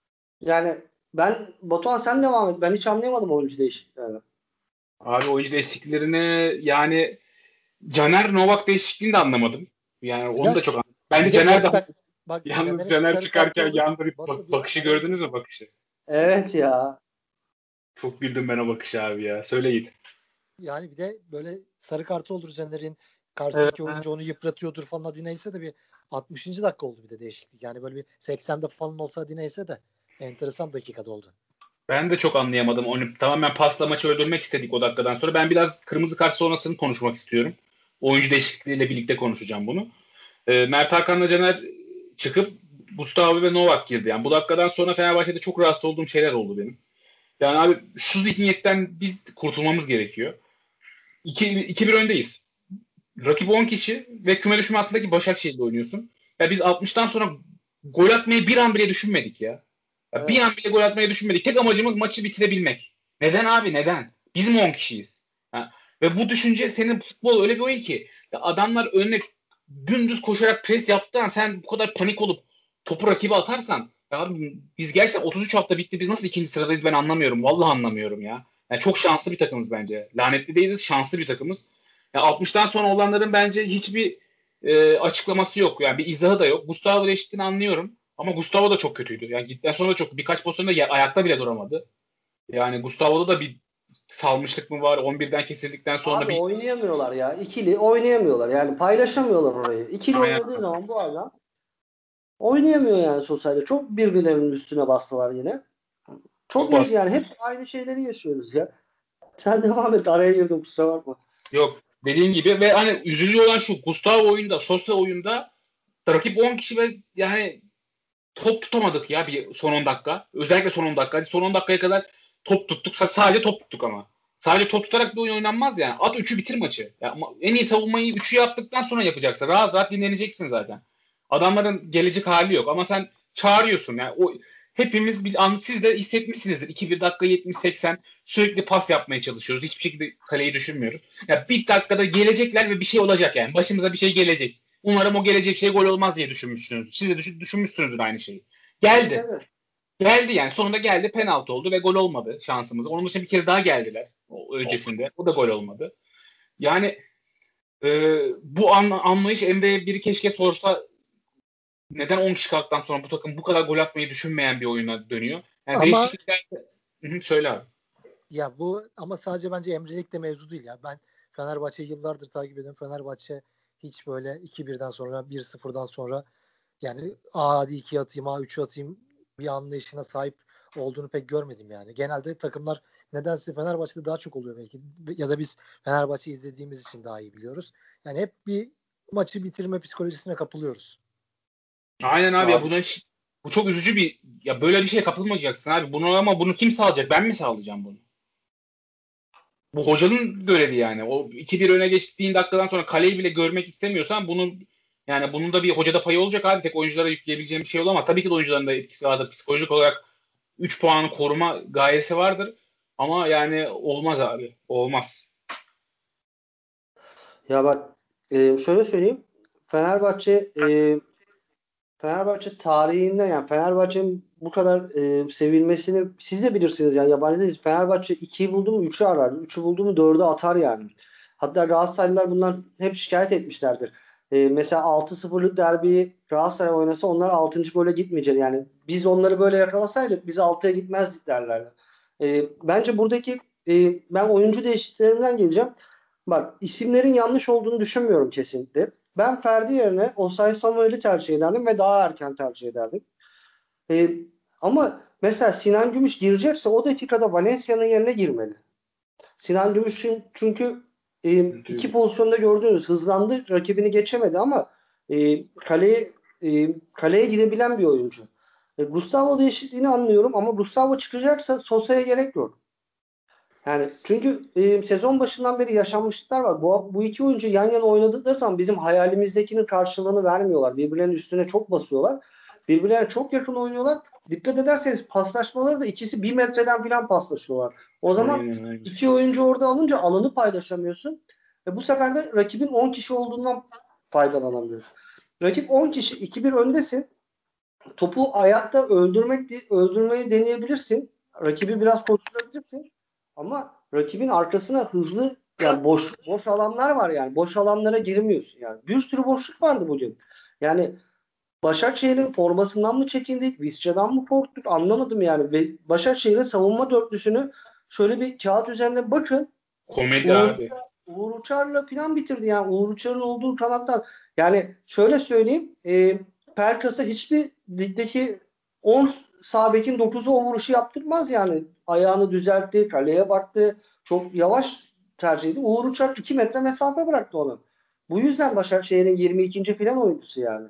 Yani ben Batuhan sen devam et. Ben hiç anlayamadım oyuncu değişikliklerini.
Abi oyuncu değişikliklerini yani Caner Novak değişikliğini de anlamadım. Yani
Bir
onu
de
da çok anlamadım. Bence
bir de
Caner de
göster bak
yalnız
Caner'in
Caner
sarı kartı
çıkarken
olur.
yanında bir
Batu
bak-
bir
bakışı
araya
gördünüz
gireceğim.
mü bakışı?
Evet ya.
Çok güldüm ben o bakışı abi ya. Söyle Yiğit.
Yani bir de böyle sarı kartı olur Caner'in
Evet.
karşısındaki oyuncu onu yıpratıyordur falan hadi neyse de bir altmışıncı dakika oldu bir de değişiklik. Yani böyle bir seksende falan olsa hadi neyse de enteresan dakikada oldu.
Ben de çok anlayamadım. Onu tamamen pasla maçı öldürmek istedik o dakikadan sonra. Ben biraz kırmızı kart sonrasını konuşmak istiyorum. Oyuncu değişikliğiyle birlikte konuşacağım bunu. E, Mert Hakan'la Caner çıkıp Gustavo ve Novak girdi. Yani bu dakikadan sonra Fenerbahçe'de çok rahatsız olduğum şeyler oldu benim. Yani abi şu zihniyetten biz kurtulmamız gerekiyor. iki bir öndeyiz. Rakip on kişi ve küme düşme hattındaki Başakşehir'de oynuyorsun. Ya biz altmıştan sonra gol atmayı bir an bile düşünmedik ya. Ya bir
Evet.
an bile gol atmayı düşünmedik. Tek amacımız maçı bitirebilmek. Neden abi neden? Biz mi on kişiyiz? Ha? Ve bu düşünce senin futbol öyle bir oyun ki ya adamlar önüne dümdüz koşarak pres yaptığı an sen bu kadar panik olup topu rakibe atarsan ya abi biz gerçekten otuz üç hafta bitti biz nasıl ikinci sıradayız ben anlamıyorum. Vallahi anlamıyorum ya. Yani çok şanslı bir takımız bence. Lanetli değiliz, şanslı bir takımız. Yani altmıştan sonra olanların bence hiçbir e, açıklaması yok. Yani bir izahı da yok. Gustavo değişikliğini anlıyorum. Ama Gustavo da çok kötüydü. Yani gittikten sonra da çok birkaç pozisyonda yer, ayakta bile duramadı. Yani Gustavo'da da bir salmışlık mı var? on birden kesildikten sonra
Abi
bir
oynayamıyorlar ya. İkili oynayamıyorlar. Yani paylaşamıyorlar orayı. İkili
aynen.
oynadığı zaman bu adam oynayamıyor yani sosyalde. Çok birbirlerinin üstüne bastılar yine. Çok net yani. Hep aynı şeyleri yaşıyoruz ya. Sen devam et. Araya girdim. Kusura bakma.
Yok. Dediğin gibi ve hani üzücü olan şu. Gustavo oyunda, Sosa oyunda rakip on kişi ve yani top tutamadık ya bir son on dakika. Özellikle son on dakika. Hadi son on dakikaya kadar top tuttuk. Sadece top tuttuk ama. Sadece top tutarak bir oyun oynanmaz yani. At üçü bitir maçı. Ya, en iyi savunmayı üçü yaptıktan sonra yapacaksın. Rahat rahat dinleneceksin zaten. Adamların gelecek hali yok. Ama sen çağırıyorsun. Yani o hepimiz bir an, siz de hissetmişsinizdir. iki bir dakika yetmiş seksen sürekli pas yapmaya çalışıyoruz. Hiçbir şekilde kaleyi düşünmüyoruz. Ya bir dakikada gelecekler ve bir şey olacak yani. Başımıza bir şey gelecek. Umarım o gelecek şey gol olmaz diye düşünmüşsünüz. Siz de düşün, düşünmüşsünüzdür aynı şeyi. Geldi. Evet. Geldi yani. Sonunda geldi. Penaltı oldu ve gol olmadı şansımız. Onun dışında bir kez daha geldiler. O öncesinde. O da gol olmadı. Yani e, bu an, anlayış Emre'ye biri keşke sorsa neden on kişi kalktıktan sonra bu takım bu kadar gol atmayı düşünmeyen bir oyuna dönüyor. Yani ama değişiklikler... Hı-hı, söyle abi.
Ya bu ama sadece bence Emre'lik de mevzu değil ya. Ben Fenerbahçe'yi yıllardır takip ediyorum. Fenerbahçe hiç böyle iki birden sonra bir sıfırdan sonra yani A hadi iki atayım, A üçü atayım bir anlayışına sahip olduğunu pek görmedim yani. Genelde takımlar nedense Fenerbahçe'de daha çok oluyor belki. Ya da biz Fenerbahçe izlediğimiz için daha iyi biliyoruz. Yani hep bir maçı bitirme psikolojisine kapılıyoruz.
Aynen abi, abi. ya buna bu çok üzücü bir ya böyle bir şeye kapılmayacaksın abi. Bunu ama bunu kim sağlayacak? Ben mi sağlayacağım bunu? Bu hocanın görevi yani. O iki bir öne geçtiğin dakikadan sonra kaleyi bile görmek istemiyorsan bunu yani bunun da bir hocada payı olacak abi. Tek oyunculara yükleyebileceğim bir şey olamaz. Tabii ki de oyuncuların da etkisi vardır. Psikolojik olarak üç puanı koruma gayesi vardır. Ama yani olmaz abi. Olmaz.
Ya bak e, şöyle söyleyeyim. Fenerbahçe e, Fenerbahçe tarihinde yani Fenerbahçe'nin bu kadar e, sevilmesini siz de bilirsiniz yani yabancı değil. Fenerbahçe ikiyi buldu mu üçü arar. üçü buldu mu dördü atar yani. Hatta Galatasaraylılar bundan hep şikayet etmişlerdir. E, mesela altı sıfırlık derbiyi Galatasaray oynasa onlar altıncı gole gitmeyecek. Yani biz onları böyle yakalasaydık biz altıya gitmezdik derlerdi. E, bence buradaki e, ben oyuncu değişikliklerinden geleceğim. Bak isimlerin yanlış olduğunu düşünmüyorum kesinlikle. Ben Ferdi yerine Osay Samuel'i tercih ederdim ve daha erken tercih ederdim. Ee, ama mesela Sinan Gümüş girecekse o dakikada Valencia'nın yerine girmeli. Sinan Gümüş'ün çünkü e, iki pozisyonda gördüğünüz hızlandı, rakibini geçemedi ama e, kaleye e, kaleye gidebilen bir oyuncu. E, Gustavo değişikliğini anlıyorum ama Gustavo çıkacaksa Sosa'ya gerek yok. Yani çünkü e, sezon başından beri yaşanmışlıklar var. Bu, bu iki oyuncu yan yana oynadıkları zaman bizim hayalimizdekinin karşılığını vermiyorlar. Birbirlerinin üstüne çok basıyorlar. Birbirlerine çok yakın oynuyorlar. Dikkat ederseniz paslaşmaları da ikisi bir metreden falan paslaşıyorlar. O zaman aynen, aynen. iki oyuncu orada alınca alanı paylaşamıyorsun. Ve bu sefer de rakibin on kişi olduğundan faydalanamıyorsun. Rakip on kişi iki bir öndesin. Topu ayakta öldürmek öldürmeyi deneyebilirsin. Rakibi biraz koşturabilirsin. Ama rakibin arkasına hızlı yani boş boş alanlar var yani. Boş alanlara girmiyorsun yani. Bir sürü boşluk vardı bugün. Yani Başakşehir'in formasından mı çekindik? Visca'dan mı korktuk? Anlamadım yani. Ve Başakşehir'in savunma dörtlüsünü şöyle bir kağıt üzerinde bakın.
Komedi
Uğur,
abi.
Uğur Uçar'la falan bitirdi yani. Uğur Uçar'ın olduğu kanattan. Yani şöyle söyleyeyim. E, Pelkas'a hiçbir ligdeki on sağ bekin dokuzu o vuruşu yaptırmaz yani. Ayağını düzeltti, kaleye baktı. Çok yavaş tercih edildi. Uğur Uçar iki metre mesafe bıraktı onu. Bu yüzden Başakşehir'in yirmi ikinci falan oyuncusu yani.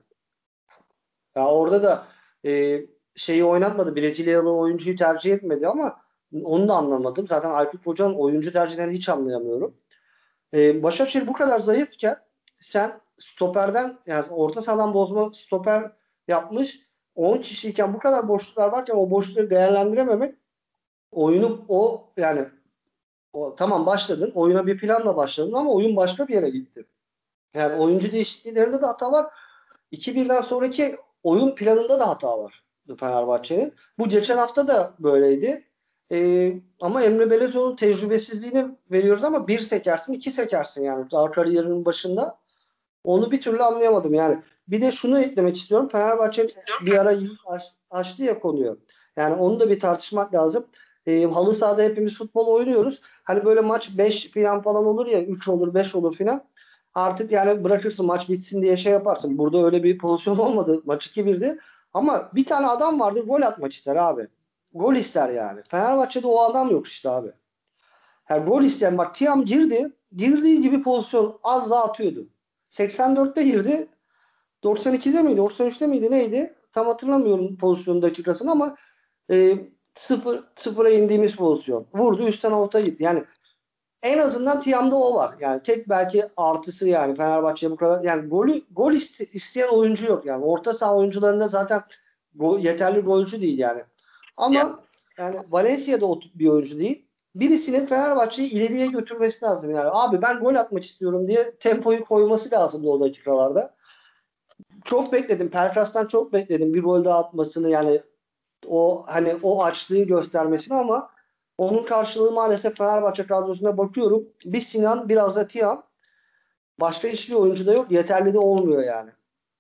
Ya orada da e, şeyi oynatmadı. Brezilyalı oyuncuyu tercih etmedi ama onu da anlamadım. Zaten Aykut Hoca'nın oyuncu tercihlerini hiç anlayamıyorum. E, Başakşehir bu kadar zayıfken sen stoperden yani orta sahadan bozma stoper yapmış on kişiyken bu kadar boşluklar varken o boşlukları değerlendirememek oyunu o yani o, tamam başladın. Oyuna bir planla başladın ama oyun başka bir yere gitti. Yani oyuncu değişikliklerinde de hata var. iki birden sonraki oyun planında da hata var Fenerbahçe'nin. Bu geçen hafta da böyleydi. Ee, ama Emre Belezoğlu'nun tecrübesizliğini veriyoruz ama bir sekersin, iki sekersin yani daha kariyerinin başında. Onu bir türlü anlayamadım yani. Bir de şunu eklemek istiyorum. Fenerbahçe bir ara açtı ya konuyu. Yani onu da bir tartışmak lazım. E, halı sahada hepimiz futbol oynuyoruz. Hani böyle maç beş falan falan olur ya üç olur beş olur falan. Artık yani bırakırsın maç bitsin diye şey yaparsın. Burada öyle bir pozisyon olmadı. Maç iki birdi. Ama bir tane adam vardır gol atmak ister abi. gol ister yani. Fenerbahçe'de o adam yok işte abi. Yani gol isteyen bak Tiam girdi. Girdiği gibi pozisyon az daha atıyordu. seksen dörtte girdi. doksan ikide miydi? doksan üçte miydi? Neydi? Tam hatırlamıyorum pozisyonun dakikasını ama e, sıfır, sıfıra indiğimiz pozisyon. Vurdu üstten avuta gitti. Yani en azından Tiam'da o var. Yani tek belki artısı yani Fenerbahçe'ye bu kadar yani golü gol iste, isteyen oyuncu yok yani. Orta saha oyuncularında zaten go, yeterli golcü değil yani. Ama yani Valencia'da o bir oyuncu değil. Birisinin Fenerbahçe'yi ileriye götürmesi lazım yani. Abi ben gol atmak istiyorum diye tempoyu koyması lazım o dakikalarda. Çok bekledim. Pelkas'tan çok bekledim bir gol daha atmasını yani o hani o açlığı göstermesini ama onun karşılığı maalesef Fenerbahçe kadrosuna bakıyorum. Bir Sinan biraz da Tiam. Başka hiçbir oyuncu da yok. Yeterli de olmuyor yani.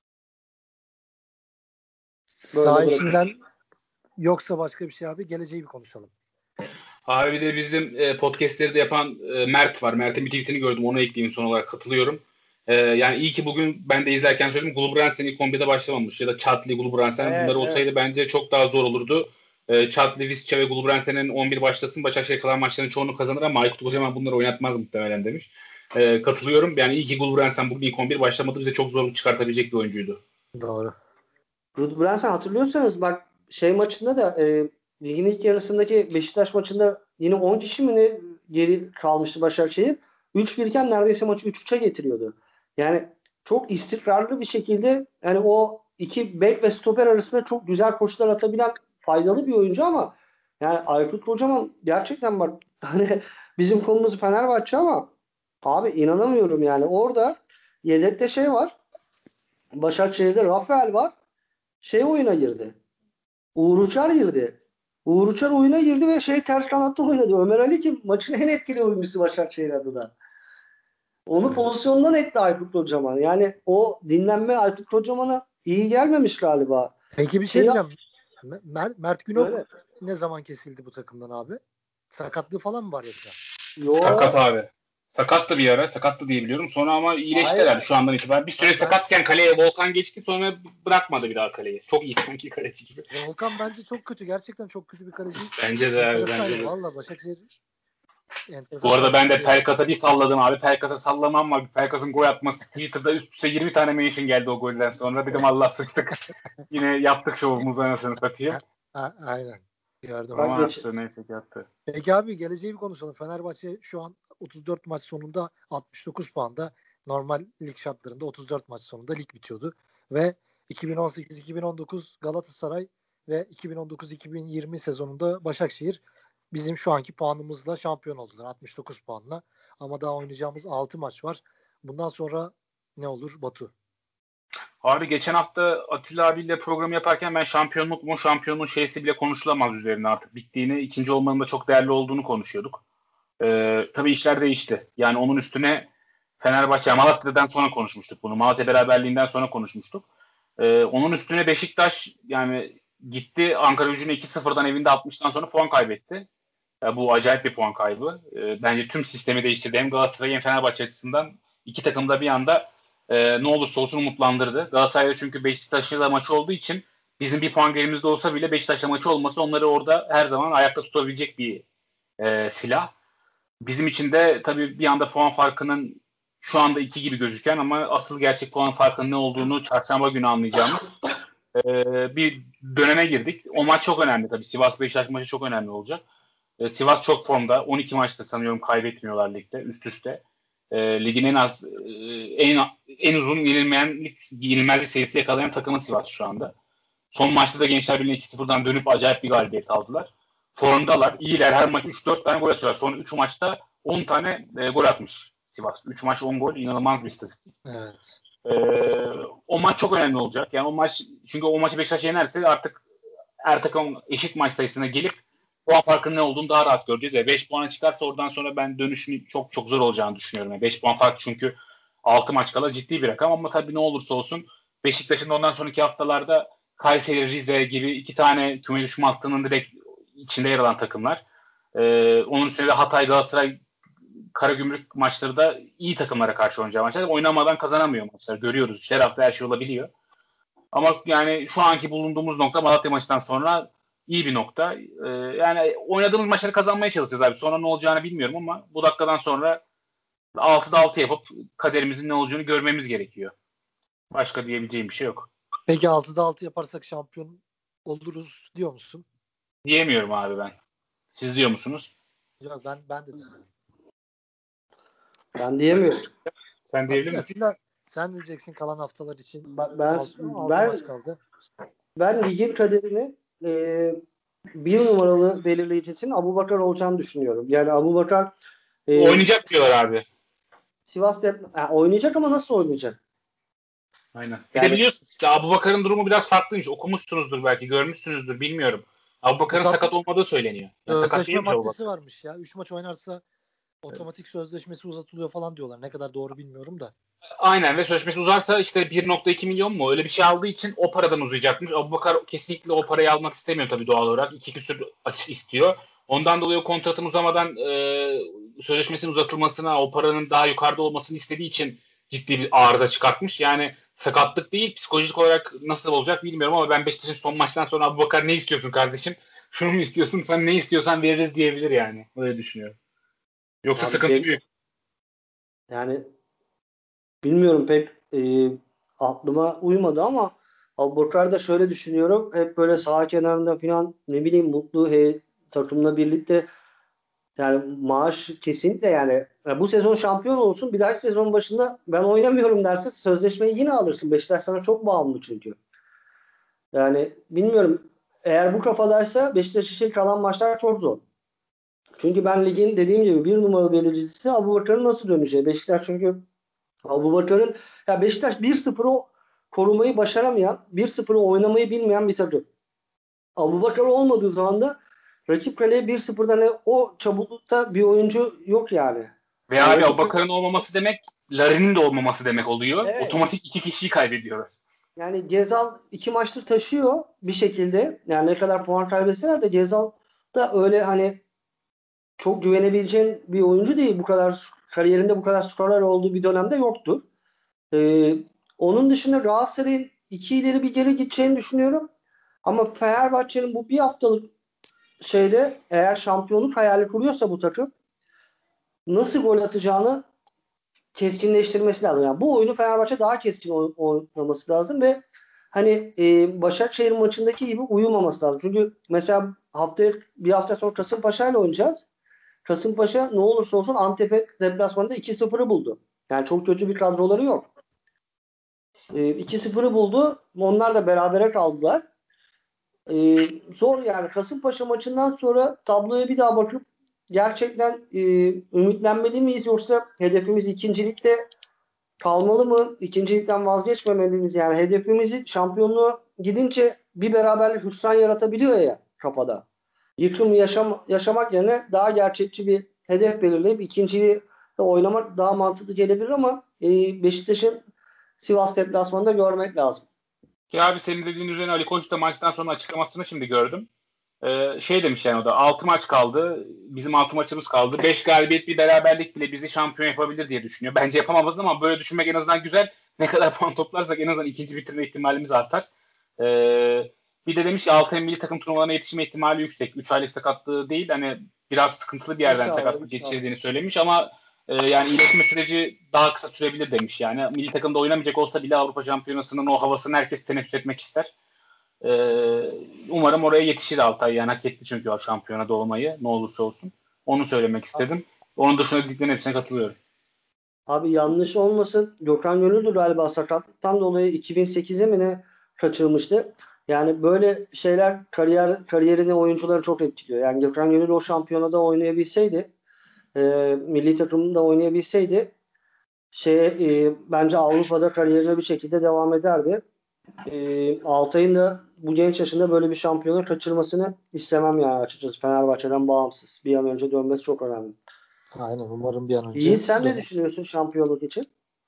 Sağ içinden yoksa başka bir şey abi. Geleceği bir konuşalım.
Abi bir de bizim e, podcastleri de yapan e, Mert var. Mert'in bir tweetini gördüm. Onu ekleyeyim son olarak katılıyorum. E, yani iyi ki bugün ben de izlerken söyledim. Gulbrandsen ilk on birde başlamamış. Ya da Çatli, Gulbrandsen
evet,
bunlar olsaydı evet. Bence çok daha zor olurdu. E, Çatli, Visca ve Gulbrandsen'in on bir başlasın. Başakşehir kalan maçların çoğunu kazanır ama Aykut Kocaman bunları oynatmaz muhtemelen demiş. E, katılıyorum. Yani iyi ki Gulbrandsen bugün ilk on bir başlamadı. Bize çok zorluk çıkartabilecek bir oyuncuydu.
Doğru.
Gulbrandsen hatırlıyorsanız bak şey maçında da e, ligin ilk yarısındaki Beşiktaş maçında yine on kişi mi ne geri kalmıştı Başakşehir. üç bir iken neredeyse maçı üç üçe getiriyordu. Yani çok istikrarlı bir şekilde yani o iki bek ve stoper arasında çok güzel koşular atabilen faydalı bir oyuncu ama yani Aykut Kocaman gerçekten bak hani bizim konumuz Fenerbahçe ama abi inanamıyorum yani orada yedekte şey var. Başakşehir'de Rafael var. Şey oyuna girdi. Uğur Uçar girdi. Uğur Uçar oyuna girdi ve şey ters kanatta oynadı. Ömer Ali ki maçın en etkili oyuncusu Başakşehir adına. Onu pozisyondan etti Aykut Kocaman. Yani o dinlenme Aykut Kocaman'a iyi gelmemiş galiba.
Peki bir şey, şey diyeceğim. Mert, Mert Günok öyle. Ne zaman kesildi bu takımdan abi? Sakatlığı falan mı var yoksa?
Yo. Sakat abi. Sakattı bir ara. Sakattı diye biliyorum. Sonra ama iyileşti herhalde şu andan itibaren. Bir süre ben, sakatken kaleye Volkan geçti. Sonra bırakmadı bir daha kaleyi. Çok iyi sanki kaleci gibi.
Volkan bence çok kötü. Gerçekten çok kötü bir kaleci.
Bence de abi. Bence de.
Valla Başakşehir
bu arada ben de Pelkas'a bir salladım abi. Pelkas'a sallamam ama Pelkas'ın gol atması Twitter'da üst üste yirmi tane mention geldi o golden sonra. Dedim Allah sıçtık. Yine yaptık şovumuzu anasını satayım.
Aynen. Gördüm.
Ama attı neyse ki attı.
Peki abi geleceği bir konuşalım. Fenerbahçe şu an otuz dört maç sonunda altmış dokuz puanda. Normal lig şartlarında otuz dört maç sonunda lig bitiyordu. Ve iki bin on sekiz iki bin on dokuz Galatasaray ve iki bin on dokuz iki bin yirmi sezonunda Başakşehir bizim şu anki puanımızla şampiyon oldular. altmış dokuz puanla. Ama daha oynayacağımız altı maç var. Bundan sonra ne olur Batu?
Abi geçen hafta Atilla abiyle programı yaparken ben şampiyonluk mu şampiyonluğun şeysi bile konuşulamaz üzerine artık bittiğini, ikinci olmanın da çok değerli olduğunu konuşuyorduk. Ee, tabii işler değişti. Yani onun üstüne Fenerbahçe, Malatya'dan sonra konuşmuştuk bunu. Malatya beraberliğinden sonra konuşmuştuk. Ee, onun üstüne Beşiktaş yani gitti Ankaragücü'ne iki sıfırdan evinde altmıştan sonra puan kaybetti. Yani bu acayip bir puan kaybı. Ee, bence tüm sistemi değiştirdi. Hem Galatasaray hem Fenerbahçe açısından iki takım da bir anda e, ne olursa olsun umutlandırdı. Galatasaray'da çünkü Beşiktaş'la maçı olduğu için bizim bir puan gerimizde olsa bile Beşiktaş'la maçı olması onları orada her zaman ayakta tutabilecek bir e, silah. Bizim için de tabii bir anda puan farkının şu anda iki gibi gözüken ama asıl gerçek puan farkının ne olduğunu çarşamba günü anlayacağımız e, bir döneme girdik. O maç çok önemli tabii. Sivas-Beşiktaş maçı çok önemli olacak. E, Sivas çok formda. on iki maçta sanıyorum kaybetmiyorlar ligde üst üste. E, ligin en az e, en en uzun yenilmeyen yenilmezlik serisi yakalayan takımı Sivas şu anda. Son maçta da Gençler Birliği iki sıfırdan dönüp acayip bir galibiyet aldılar. Formdalar, iyiler. Her maç üç dört tane gol atıyorlar. Son üç maçta on tane e, gol atmış Sivas. üç maç on gol inanılmaz bir istatistik.
Evet.
E, o maç çok önemli olacak. Yani o maç çünkü o maçı Beşiktaş yenerse artık her takım eşit maç sayısına gelip puan farkının ne olduğunu daha rahat göreceğiz. Yani beş puana çıkarsa oradan sonra ben dönüşünü çok çok zor olacağını düşünüyorum. Yani beş puan fark çünkü altı maç kala ciddi bir rakam ama tabii ne olursa olsun Beşiktaş'ın ondan sonraki haftalarda Kayseri, Rize gibi iki tane küme düşme hattının direkt içinde yer alan takımlar. Ee, onun üstüne de Hatay, Galatasaray, Karagümrük maçları da iyi takımlara karşı oynayacağı maçlar. Oynamadan kazanamıyor maçlar. Görüyoruz. İşte her hafta her şey olabiliyor. Ama yani şu anki bulunduğumuz nokta Malatya maçından sonra iyi bir nokta. Ee, yani oynadığımız maçları kazanmaya çalışacağız abi. Sonra ne olacağını bilmiyorum ama bu dakikadan sonra altıda altı yapıp kaderimizin ne olacağını görmemiz gerekiyor. Başka diyebileceğim bir şey yok.
Peki altıda altı yaparsak şampiyon oluruz diyor musun?
Diyemiyorum abi ben. Siz diyor musunuz?
Yok ben ben de demiyorum.
Ben diyemiyorum.
Sen diyebilir misin?
Atilla, sen diyeceksin kalan haftalar için.
Ben ben
altı, altı
ben,
maç kaldı.
ben ligin kaderini e, bir numaralı belirleyicisinin Abubakar olacağını düşünüyorum. Yani Abubakar e,
Oynayacak diyorlar abi.
Sivas Dep yani oynayacak ama nasıl oynayacak?
Aynen. Bir
Yani,
de biliyorsunuz ki Abubakar'ın durumu biraz farklıymış. Okumuşsunuzdur belki, görmüşsünüzdür bilmiyorum. Abubakar'ın
Sakat-
sakat olmadığı söyleniyor. Yani sakat
Sözleşme
değilmiş
maddesi
Abubakar.
varmış ya. üç maç oynarsa otomatik sözleşmesi uzatılıyor falan diyorlar. Ne kadar doğru bilmiyorum da.
Aynen ve sözleşmesi uzarsa işte bir nokta iki milyon mu öyle bir şey aldığı için o paradan uzayacakmış. Abubakar kesinlikle o parayı almak istemiyor tabii doğal olarak. İki küsür istiyor. Ondan dolayı o kontratın uzamadan e, sözleşmesinin uzatılmasına, o paranın daha yukarıda olmasını istediği için ciddi bir arıza çıkartmış. Yani sakatlık değil, psikolojik olarak nasıl olacak bilmiyorum ama ben Beşiktaş'ın son maçtan sonra Abubakar ne istiyorsun kardeşim? Şunu mu istiyorsun? Sen ne istiyorsan veririz diyebilir yani. Öyle düşünüyorum. Yoksa
Abi
sıkıntı
Cenk-
büyük.
yani bilmiyorum pek e, aklıma uymadı ama Abubakar da şöyle düşünüyorum. Hep böyle sağ kenarında falan ne bileyim mutlu he, takımla birlikte yani maaş kesinlikle yani ya bu sezon şampiyon olsun bir dahaki sezon başında ben oynamıyorum derse sözleşmeyi yine alırsın. Beşiktaş sana çok bağımlı çünkü. Yani bilmiyorum eğer bu kafadaysa Beşiktaş için kalan maçlar çok zor. Çünkü ben ligin dediğim gibi bir numaralı belirleyicisi Abubakar'ın nasıl döneceği. Beşiktaş çünkü Abubakar'ın ya Beşiktaş bir sıfırı korumayı başaramayan, bir sıfırı oynamayı bilmeyen bir takım. Abubakar olmadığı zaman da rakip kaleye bir sıfırdan hani o çabuklukta bir oyuncu yok yani.
Ve
Yani
abi
rakip
Abubakar'ın olmaması demek Larin'in de olmaması demek oluyor.
evet.
Otomatik iki kişiyi kaybediyorlar.
Yani Gezal iki maçtır taşıyor bir şekilde. Yani ne kadar puan kaybetseler de Gezal da öyle hani çok güvenebileceğin bir oyuncu değil. Bu kadar kariyerinde bu kadar skorlar olduğu bir dönemde yoktu. Ee, onun dışında Galatasaray'ın iki ileri bir geri gideceğini düşünüyorum. Ama Fenerbahçe'nin bu bir haftalık şeyde eğer şampiyonluk hayali kuruyorsa bu takım nasıl gol atacağını keskinleştirmesi lazım. Yani bu oyunu Fenerbahçe daha keskin oynaması lazım ve hani e, Başakşehir maçındaki gibi uyumaması lazım. Çünkü mesela haftaya bir hafta sonra Kasımpaşa ile oynayacağız. Kasımpaşa ne olursa olsun Antep'e deplasmanda iki sıfırı buldu. Yani çok kötü bir kadroları yok. E, iki sıfırı buldu. Onlar da berabere kaldılar. E, zor yani Kasımpaşa maçından sonra tabloya bir daha bakıp gerçekten e, ümitlenmeli miyiz yoksa hedefimiz ikincilikte kalmalı mı? İkincilikten vazgeçmemeliyiz. Yani hedefimizi şampiyonluğa gidince bir beraberlik hüsran yaratabiliyor ya kafada. Yıkım yaşam, yaşamak yerine daha gerçekçi bir hedef belirleyip ikinciyi de oynamak daha mantıklı gelebilir ama e, Beşiktaş'ın Sivas deplasmanında görmek lazım.
Ki abi senin dediğin üzerine Ali Koç da maçtan sonra açıklamasını şimdi gördüm. Ee, şey demiş yani o da altı maç kaldı. Bizim altı maçımız kaldı. beş galibiyet bir beraberlik bile bizi şampiyon yapabilir diye düşünüyor. Bence yapamamız ama böyle düşünmek en azından güzel. Ne kadar puan toplarsak en azından ikinci bitirme ihtimalimiz artar. Ee, bir de demiş ki altı milli takım turnuvalarına yetişme ihtimali yüksek. üç aylık sakatlığı değil hani biraz sıkıntılı bir yerden
İnşallah,
sakatlık
inşallah.
geçirdiğini söylemiş ama e, yani iyileşme süreci daha kısa sürebilir demiş yani. Milli takımda oynamayacak olsa bile Avrupa Şampiyonası'nın o havasını herkes teneffüs etmek ister. Ee, umarım oraya yetişir Altay. Yani hak etti çünkü o şampiyonada olmayı. Ne olursa olsun. Onu söylemek istedim. Onun dışında dediklerinin hepsine katılıyorum.
Abi yanlış olmasın. Gökhan Gönül galiba sakatlıktan dolayı iki bin sekize mi ne kaçırmıştı. Yani böyle şeyler kariyer kariyerini oyuncuları çok etkiliyor. Yani Gökhan Gönül o şampiyonada oynayabilseydi, e, milli takımda oynayabilseydi şey e, bence Avrupa'da kariyerine bir şekilde devam ederdi. E, Altay'ın da bu genç yaşında böyle bir şampiyonu kaçırmasını istemem yani açıkçası. Fenerbahçe'den bağımsız. Bir an önce dönmesi çok önemli.
Aynen umarım bir an önce.
İyi sen ne
döner.
düşünüyorsun şampiyonluk için?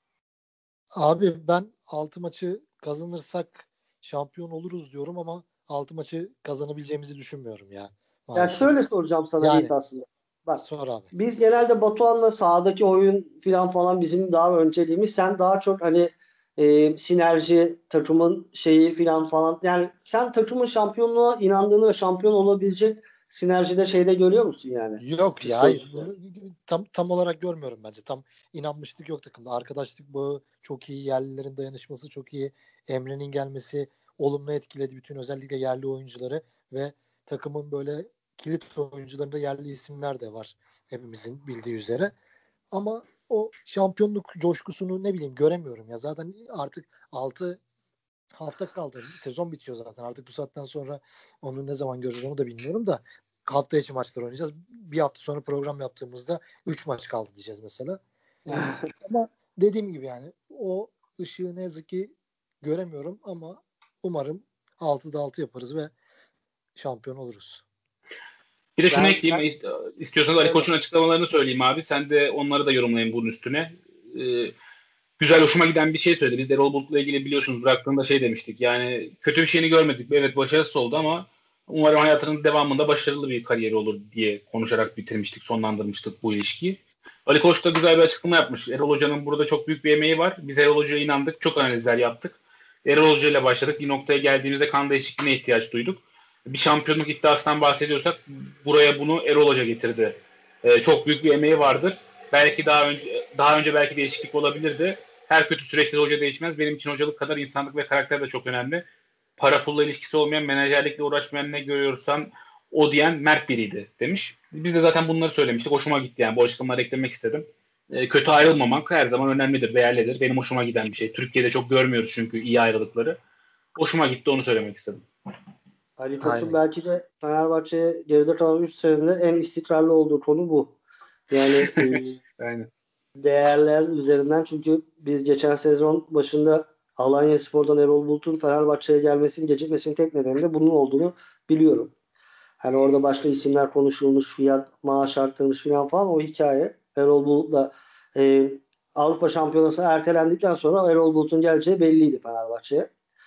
Abi ben altı maçı kazanırsak şampiyon oluruz diyorum ama altı maçı kazanabileceğimizi düşünmüyorum ya.
Ya
Maalesef.
şöyle soracağım sana
Yani
Yiğit aslında. Bak
sor abi.
biz genelde Batuhan'la sahadaki oyun falan falan bizim daha önceliğimiz. Sen daha çok hani e, sinerji, takımın şeyi filan falan. Yani sen takımın şampiyonluğa inandığını ve şampiyon olabilecek sinerjide şeyde görüyor musun yani?
Yok ya, hayır. Bunu tam tam olarak görmüyorum bence. Tam inanmışlık yok takımda. Arkadaşlık bağı çok iyi. Yerlilerin dayanışması çok iyi. Emre'nin gelmesi olumlu etkiledi bütün, özellikle yerli oyuncuları ve takımın böyle kilit oyuncularında yerli isimler de var. Hepimizin bildiği üzere. Ama o şampiyonluk coşkusunu ne bileyim göremiyorum ya. Zaten artık altı hafta kaldı. Sezon bitiyor zaten. Artık bu saatten sonra onu ne zaman göreceğiz onu da bilmiyorum da hafta içi maçlar oynayacağız. Bir hafta sonra program yaptığımızda üç maç kaldı diyeceğiz mesela. Yani, ama dediğim gibi yani o ışığı ne yazık ki göremiyorum ama umarım altıda altı yaparız ve şampiyon oluruz.
Bir de şunu
Ben-
ekleyeyim. İstiyorsanız Ali Koç'un açıklamalarını söyleyeyim abi. Sen de onları da yorumlayın bunun üstüne. Ee, güzel, hoşuma giden bir şey söyledi. Biz de Erol Bulut'la ilgili biliyorsunuz bıraktığında şey demiştik. Yani kötü bir şeyini görmedik. Evet, başarısız oldu ama umarım hayatının devamında başarılı bir kariyeri olur diye konuşarak bitirmiştik, sonlandırmıştık bu ilişkiyi. Ali Koç da güzel bir açıklama yapmış. Erol Hoca'nın burada çok büyük bir emeği var. Biz Erol Hoca'ya inandık. Çok analizler yaptık. Erol Hoca ile başladık. Bir noktaya geldiğimizde kan değişikliğine ihtiyaç duyduk. Bir şampiyonluk iddiasından bahsediyorsak buraya bunu Erol Hoca getirdi. Ee, çok büyük bir emeği vardır. Belki daha önce daha önce belki değişiklik olabilirdi. Her kötü süreçte de hoca değişmez. Benim için hocalık kadar insanlık ve karakter de çok önemli. Para pulla ilişkisi olmayan, menajerlikle uğraşmayan ne görüyorsan o diyen mert biriydi demiş. Biz de zaten bunları söylemiştik. Hoşuma gitti yani. Bu açıklamaları eklemek istedim. Ee, kötü ayrılmamak her zaman önemlidir, değerlidir. Benim hoşuma giden bir şey. Türkiye'de çok görmüyoruz çünkü iyi ayrılıkları. Hoşuma gitti, onu söylemek istedim.
Ali Koç'un
Aynen.
belki de Fenerbahçe'ye geride kalan üç senede en istikrarlı olduğu konu bu. Yani e,
Aynen.
değerler üzerinden, çünkü biz geçen sezon başında Alanyaspor'dan Erol Bulut'un Fenerbahçe'ye gelmesinin gecikmesinin tek nedeni de bunun olduğunu biliyorum. Hani orada başka isimler konuşulmuş, fiyat, maaş arttırmış falan falan, o hikaye. Erol Bulut'la e, Avrupa Şampiyonası ertelendikten sonra Erol Bulut'un geleceği belliydi Fenerbahçe'ye.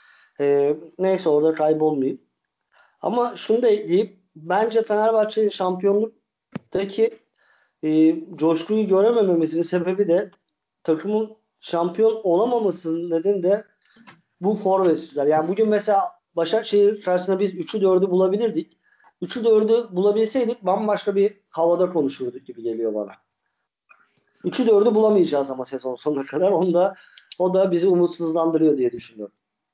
E, neyse, orada kaybolmayayım. Ama şunu da ekleyip, bence Fenerbahçe'nin şampiyonluktaki e, coşkuyu göremememizin sebebi de takımın şampiyon olamamasının nedeni de bu forvetsizler. Yani bugün mesela Başakşehir karşısında biz üçü dördü bulabilirdik. üçü dördü bulabilseydik bambaşka bir havada konuşurduk gibi geliyor bana. üçü dördü bulamayacağız ama sezon sonuna kadar. Onda, o da bizi umutsuzlandırıyor diye düşünüyorum.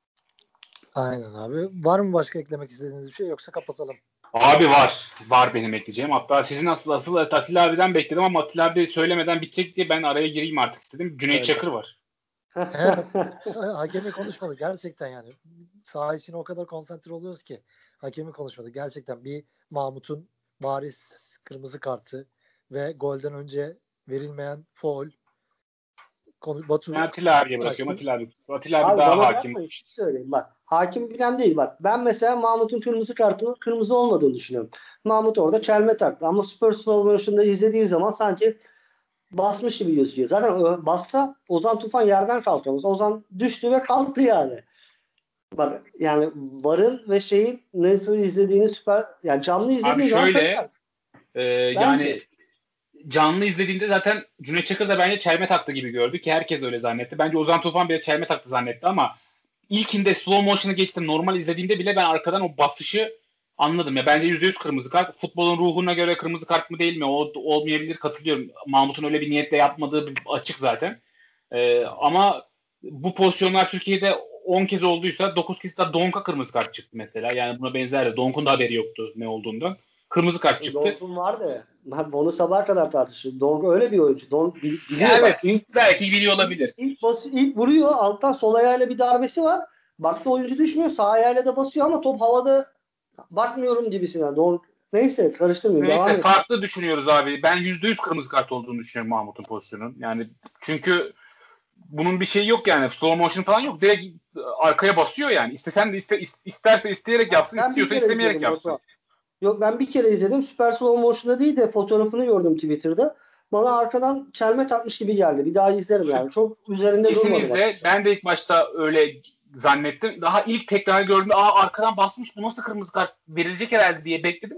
Aynen abi. Var mı başka eklemek istediğiniz bir şey, yoksa kapatalım?
Abi var. Var benim ekleyeceğim. Hatta sizin asıl asıl Atilla abiden bekledim ama Atilla abi söylemeden bitecek diye ben araya gireyim artık istedim. Cüneyt
Öyle.
Çakır var.
Hakemi konuşmadı gerçekten yani. Saha içine o kadar konsantre oluyoruz ki hakemi konuşmadı. Gerçekten bir Mahmut'un bariz kırmızı kartı ve golden önce verilmeyen faul. Konu, Batu
Ben Atilla abiye bırakıyorum.
açtı.
Atilla abi. Atilla abi
Abi
daha
bana
hakim.
bakma, bir şey söyleyeyim bak. Hakim falan değil bak. Ben mesela Mahmut'un kırmızı kartının kırmızı olmadığını düşünüyorum. Mahmut orada çelme taktı. Ama Spurs slow motion'da izlediğin zaman sanki basmış gibi gözüküyor. Zaten o bassa Ozan Tufan yerden kalkamaz. Ozan düştü ve kalktı yani. Bak yani varın ve şeyin nasıl izlediğini süper, yani canlı izlediğin
Abi
zaman
şöyle e, yani canlı izlediğinde zaten Cüneyt Çakır da bence çelme taktı gibi gördü ki herkes öyle zannetti. Bence Ozan Tufan bile çelme taktı zannetti ama ilkinde slow motion'ı geçtim. Normal izlediğimde bile ben arkadan o basışı anladım. Ya bence yüzde yüz kırmızı kart. Futbolun ruhuna göre kırmızı kart mı değil mi? O olmayabilir, katılıyorum. Mahmut'un öyle bir niyetle yapmadığı açık zaten. Ee, ama bu pozisyonlar Türkiye'de on kez olduysa dokuz kez de Donk'a kırmızı kart çıktı mesela. Yani buna benzer de. Donk'un da haberi yoktu ne olduğundan. Kırmızı kart çıktı.
Donk'un vardı. Bunu sabah kadar tartışıyor. Donk öyle bir oyuncu. Donk bil, biliyor.
Evet.
Bak, ilk,
belki biliyor olabilir.
İlk, ilk, bası, ilk vuruyor. Alttan sol ayağıyla bir darbesi var. Baktı oyuncu düşmüyor. Sağ ayağıyla da basıyor ama top havada, bakmıyorum gibisinden. Donk, neyse karıştırmayayım.
Neyse
Devam
farklı et. düşünüyoruz abi. Ben yüzde yüz kırmızı kart olduğunu düşünüyorum Mahmut'un pozisyonun. Yani çünkü bunun bir şeyi yok yani. Slow motion falan yok. Direkt arkaya basıyor yani. İstesen de iste, isterse isteyerek yapsın,
Ben
istiyorsa istemeyerek yapsın.
Batu. Yok, ben bir kere izledim. Süper Slow Motion'da değil de fotoğrafını gördüm Twitter'da. Bana arkadan çelme takmış gibi geldi. Bir daha izlerim yani. Çok üzerinde
Kesin
durmadı.
izle. Ben de ilk başta öyle zannettim. Daha ilk tekrar gördüğümde aa arkadan basmış, bu nasıl kırmızı kart verilecek herhalde diye bekledim.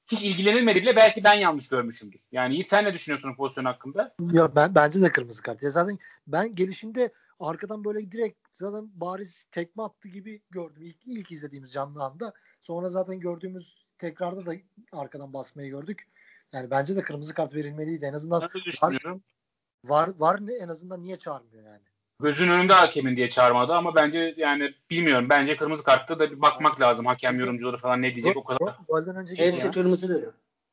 hiç ilgilenilmedi bile, belki ben yanlış görmüşümdür. Yani Yiğit, sen ne düşünüyorsun o pozisyon hakkında?
Ya ben bence de kırmızı kart. Ya zaten ben gelişinde arkadan böyle direkt zaten bariz tekme attı gibi gördüm. İlk, ilk izlediğimiz canlı anda. Sonra zaten gördüğümüz tekrarda da arkadan basmayı gördük. Yani bence de kırmızı kart verilmeliydi. En azından
Ben de
var,
düşünüyorum.
var, var ne en azından niye çağırmıyor yani?
Gözün önünde hakemin diye çağırmadı ama bence yani bilmiyorum. Bence kırmızı kartta da bir bakmak
Yani,
lazım. Hakem yorumcuları falan ne diyecek, o kadar.
Golden önceki
Hepsi
ya.
kırmızı dedi.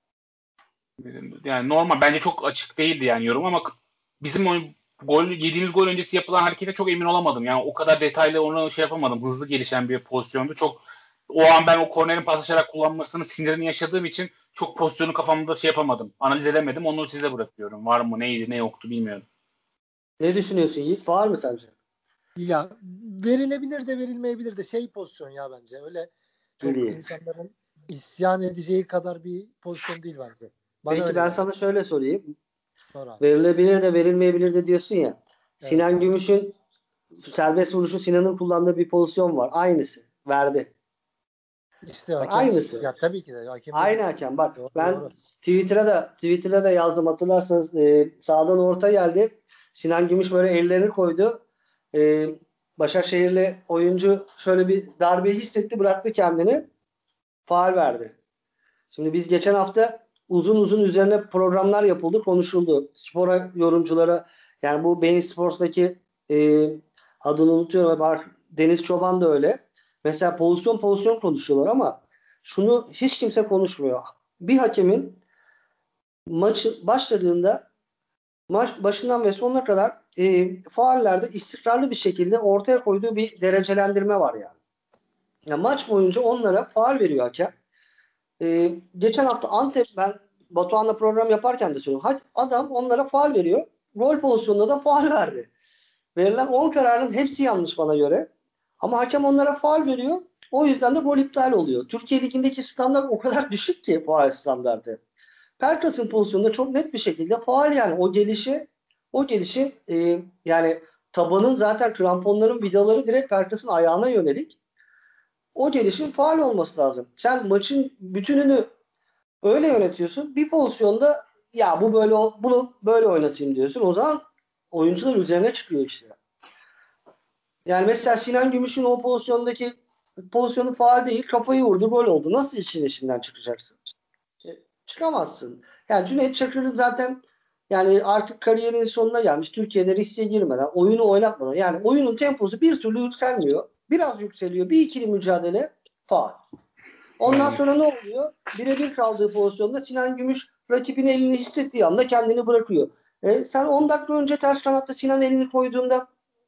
Yani normal, bence çok açık değildi yani yorum ama bizim o gol yediğimiz gol öncesi yapılan harekete çok emin olamadım. Yani o kadar detaylı onu şey yapamadım. Hızlı gelişen bir pozisyondu. Çok o an ben o kornerin paslaşarak kullanmasının sinirini yaşadığım için çok pozisyonu kafamda şey yapamadım. Analiz edemedim. Onu size bırakıyorum. Var mı, neydi, ne yoktu bilmiyorum.
Ne düşünüyorsun Yiğit? Faul mü sence?
Ya verilebilir de verilmeyebilir de şey pozisyon ya bence. Öyle çok
Değil.
insanların isyan edeceği kadar bir pozisyon değil bence. Bana
Peki
öyle
ben
geldi.
sana şöyle sorayım.
Sonra.
Verilebilir de verilmeyebilir de diyorsun ya.
Evet.
Sinan Gümüş'ün serbest vuruşu, Sinan'ın kullandığı bir pozisyon var. Aynısı. Verdi.
İşte
Bak,
hakem,
aynısı.
ya tabii ki de hakem
Aynı hakem. Bak
doğru,
ben
doğru.
Twitter'a da Twitter'a da yazdım, hatırlarsanız. E, sağdan orta geldi. Sinan Gümüş böyle ellerini koydu. E, Başakşehirli oyuncu şöyle bir darbeyi hissetti, bıraktı kendini. Faul verdi. Şimdi biz geçen hafta uzun uzun üzerine programlar yapıldı, konuşuldu. Spora yorumculara, yani bu Bein Sports'taki e, adını unutuyorum. Bak, Deniz Çoban da öyle. Mesela pozisyon pozisyon konuşuyorlar ama şunu hiç kimse konuşmuyor. Bir hakemin maçı başladığında maç başından ve sonuna kadar e, faallerde istikrarlı bir şekilde ortaya koyduğu bir derecelendirme var yani. Yani maç boyunca onlara faul veriyor hakem. Ee, geçen hafta Antep, ben Batuhan'la program yaparken de söylüyorum. Adam onlara faul veriyor. Gol pozisyonunda da faul verdi. Verilen on kararın hepsi yanlış bana göre. Ama hakem onlara faul veriyor. O yüzden de gol iptal oluyor. Türkiye Ligi'ndeki standart o kadar düşük ki, faul standartı. Pelkas'ın pozisyonunda çok net bir şekilde faul, yani o gelişi o gelişi e, yani tabanın zaten kramponların vidaları direkt Pelkas'ın ayağına yönelik. O gelişin faul olması lazım. Sen maçın bütününü öyle yönetiyorsun. Bir pozisyonda ya bu böyle, bunu böyle oynatayım diyorsun. O zaman oyuncular üzerine çıkıyor işte. Yani mesela Sinan Gümüş'ün o pozisyondaki pozisyonu faul değil, kafayı vurdu, gol oldu. Nasıl için içinden çıkacaksın? Çıkamazsın. Yani Cüneyt Çakır'ın zaten yani artık kariyerinin sonuna gelmiş. Türkiye'de riske girmeden, oyunu oynatmadan. Yani oyunun temposu bir türlü yükselmiyor. Biraz yükseliyor. Bir ikili mücadele, faul. Ondan
Aynen.
sonra ne oluyor? Birebir kaldığı pozisyonda Sinan Gümüş rakibin elini hissettiği anda kendini bırakıyor. E, sen on dakika önce ters kanatta Sinan elini koyduğunda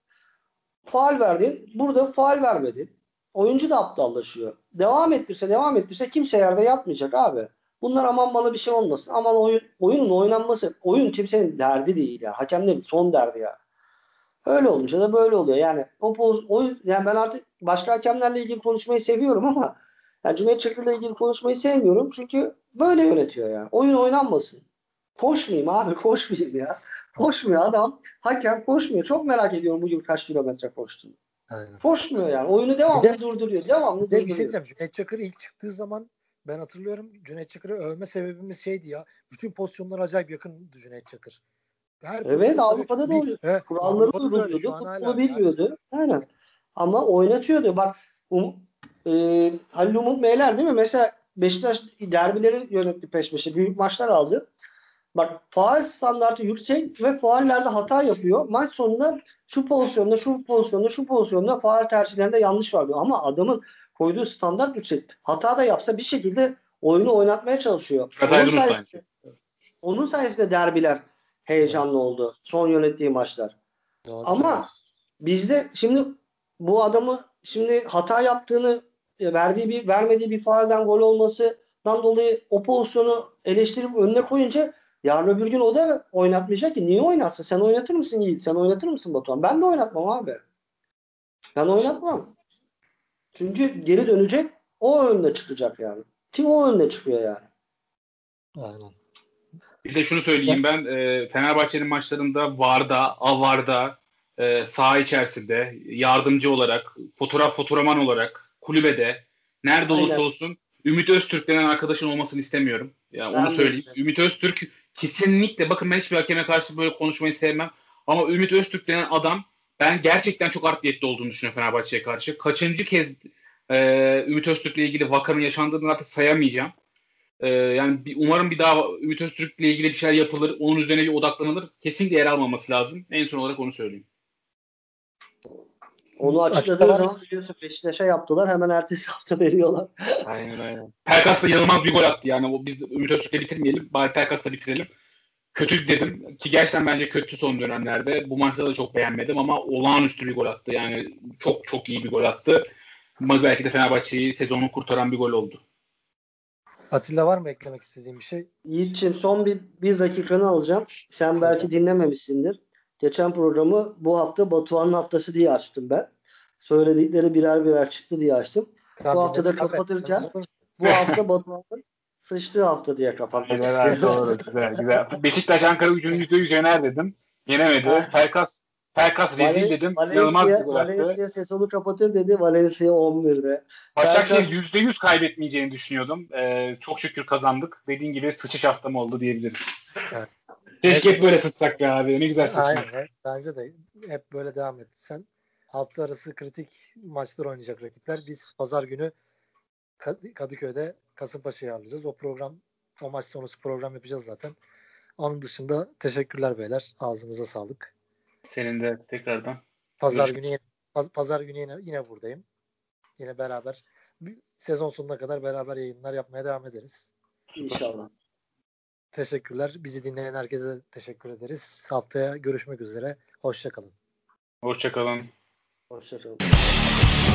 faul verdin. Burada faul vermedin. Oyuncu da aptallaşıyor. Devam ettirse devam ettirse kimse yerde yatmayacak abi. Bunlar aman bana bir şey olmasın. Aman oyun, oyunun oynanması. Oyun kimsenin derdi değil ya. Hakemlerin son derdi ya. Öyle olunca da böyle oluyor. Yani o, poz, o yani ben artık başka hakemlerle ilgili konuşmayı seviyorum ama yani Cüneyt Çakır'la ilgili konuşmayı sevmiyorum. Çünkü böyle yönetiyor yani. Oyun oynanmasın. Koşmayayım abi, koşmayayım ya. Koşmuyor adam. Hakem koşmuyor. Çok merak ediyorum bugün kaç kilometre koştuğunu.
Aynen.
Koşmuyor yani. Oyunu devamlı
Bir de,
durduruyor. Devamlı
bir de bir şey
durduruyor.
diyeceğim. Cüneyt Çakır ilk çıktığı zaman ben hatırlıyorum, Cüneyt Çakır'ı övme sebebimiz şeydi ya. Bütün pozisyonlara acayip yakındı Cüneyt Çakır. Her
Evet,
pozisyonda
Avrupa'da da
bir,
oynuyor.
he,
Kuralları
Avrupa'da da öyle, şu
uyguluyordu.
an
Futbolu
hala öyle abi.
bilmiyordu. Aynen. Ama oynatıyordu. Bak um, e, Halil Umut Meyler değil mi? Mesela Beşiktaş derbileri yönetti peş peşe. Büyük maçlar aldı. Bak, faul standartı yüksek ve faullerde hata yapıyor. Maç sonunda şu pozisyonda, şu pozisyonda, şu pozisyonda faul tercihlerinde yanlış var diyor. Ama adamın koyduğu standart yüksek. Hata da yapsa bir şekilde oyunu oynatmaya çalışıyor. Onun sayesinde, onun sayesinde derbiler heyecanlı oldu. Son yönettiği maçlar.
Doğru.
Ama bizde şimdi bu adamı şimdi hata yaptığını, verdiği bir vermediği bir faulden gol olmasından dolayı o pozisyonu eleştirip önüne koyunca yarın öbür gün o da oynatmayacak ki. Niye oynatsın? Sen oynatır mısın Yiğit? Sen oynatır mısın Batuhan? Ben de oynatmam abi. Ben oynatmam. Çünkü geri dönecek, o önüne çıkacak yani. Ki o önüne çıkıyor yani.
Aynen.
Bir de şunu söyleyeyim ben. E, Fenerbahçe'nin maçlarında VAR'da, AVAR'da, e, saha içerisinde yardımcı olarak, fotoğraf fotoğraman olarak, kulübede, nerede olursa
Aynen.
olsun Ümit Öztürk denen arkadaşın olmasını istemiyorum. Yani
Ben
onu
de
söyleyeyim.
istemiyorum.
Ümit Öztürk kesinlikle, bakın ben hiçbir hakeme karşı böyle konuşmayı sevmem. Ama Ümit Öztürk denen adam, ben gerçekten çok art niyetli olduğunu düşünüyorum Fenerbahçe'ye karşı. Kaçıncı kez e, Ümit Öztürk'le ilgili vakanın yaşandığını artık sayamayacağım. E, yani bir, umarım bir daha Ümit Öztürk'le ilgili bir şeyler yapılır. Onun üzerine bir odaklanılır. Kesinlikle yer almaması lazım. En son olarak onu söyleyeyim.
Onu açıkladığı
Açıklama-
zaman biliyorsun Beşiktaş'a yaptılar. Hemen ertesi hafta veriyorlar.
Aynen aynen. Pelkas da yanılmaz bir gol attı. Yani o, biz Ümit Öztürk'le bitirmeyelim. Bari Pelkas'la bitirelim. Kötü dedim ki gerçekten bence kötü son dönemlerde. Bu maçta da çok beğenmedim ama olağanüstü bir gol attı. Yani çok çok iyi bir gol attı. Ama belki de Fenerbahçe'yi sezonu kurtaran bir gol oldu.
Atilla var mı eklemek istediğin bir şey?
Yiğit'ciğim son bir, bir dakikanı alacağım. Sen belki dinlememişsindir. Geçen programı bu hafta Batuhan'ın haftası diye açtım ben. Söyledikleri birer birer çıktı diye açtım.
Tamam,
bu hafta da
dinledim.
kapatırken bu hafta Batuhan'ın sıçtığı hafta diye kapatmak istiyorum.
Doğru, güzel güzel. Beşiktaş Ankara gücünü yüzde yüz yener dedim. Yenemedi. Pelkas Pelkas rezil dedim. İnanılmaz bir
Valencia,
gol attı.
Valencia sezonu kapatır dedi. Valencia on birde.
Başakşehir yüzde yüz kaybetmeyeceğini düşünüyordum. Ee, çok şükür kazandık. Dediğin gibi sıçış haftam oldu diyebiliriz.
Evet.
Keşke hep böyle sıçsak be abi. Ne güzel sıçmak.
Aynen. Evet. Bence de hep böyle devam et. Sen hafta arası kritik maçlar oynayacak rakipler. Biz pazar günü Kad- Kadıköy'de Kasımpaşa'yı ağırlayacağız. O program, o maç sonrası program yapacağız zaten. Onun dışında teşekkürler beyler. Ağzınıza sağlık.
Senin de tekrardan.
Pazar
Görüşmek
günü yine, paz- pazar günü yine, yine buradayım. Yine beraber bir- sezon sonuna kadar beraber yayınlar yapmaya devam ederiz.
İnşallah.
Teşekkürler. Bizi dinleyen herkese teşekkür ederiz. Haftaya görüşmek üzere. Hoşça kalın.
Hoşçakalın.
Hoşçakalın.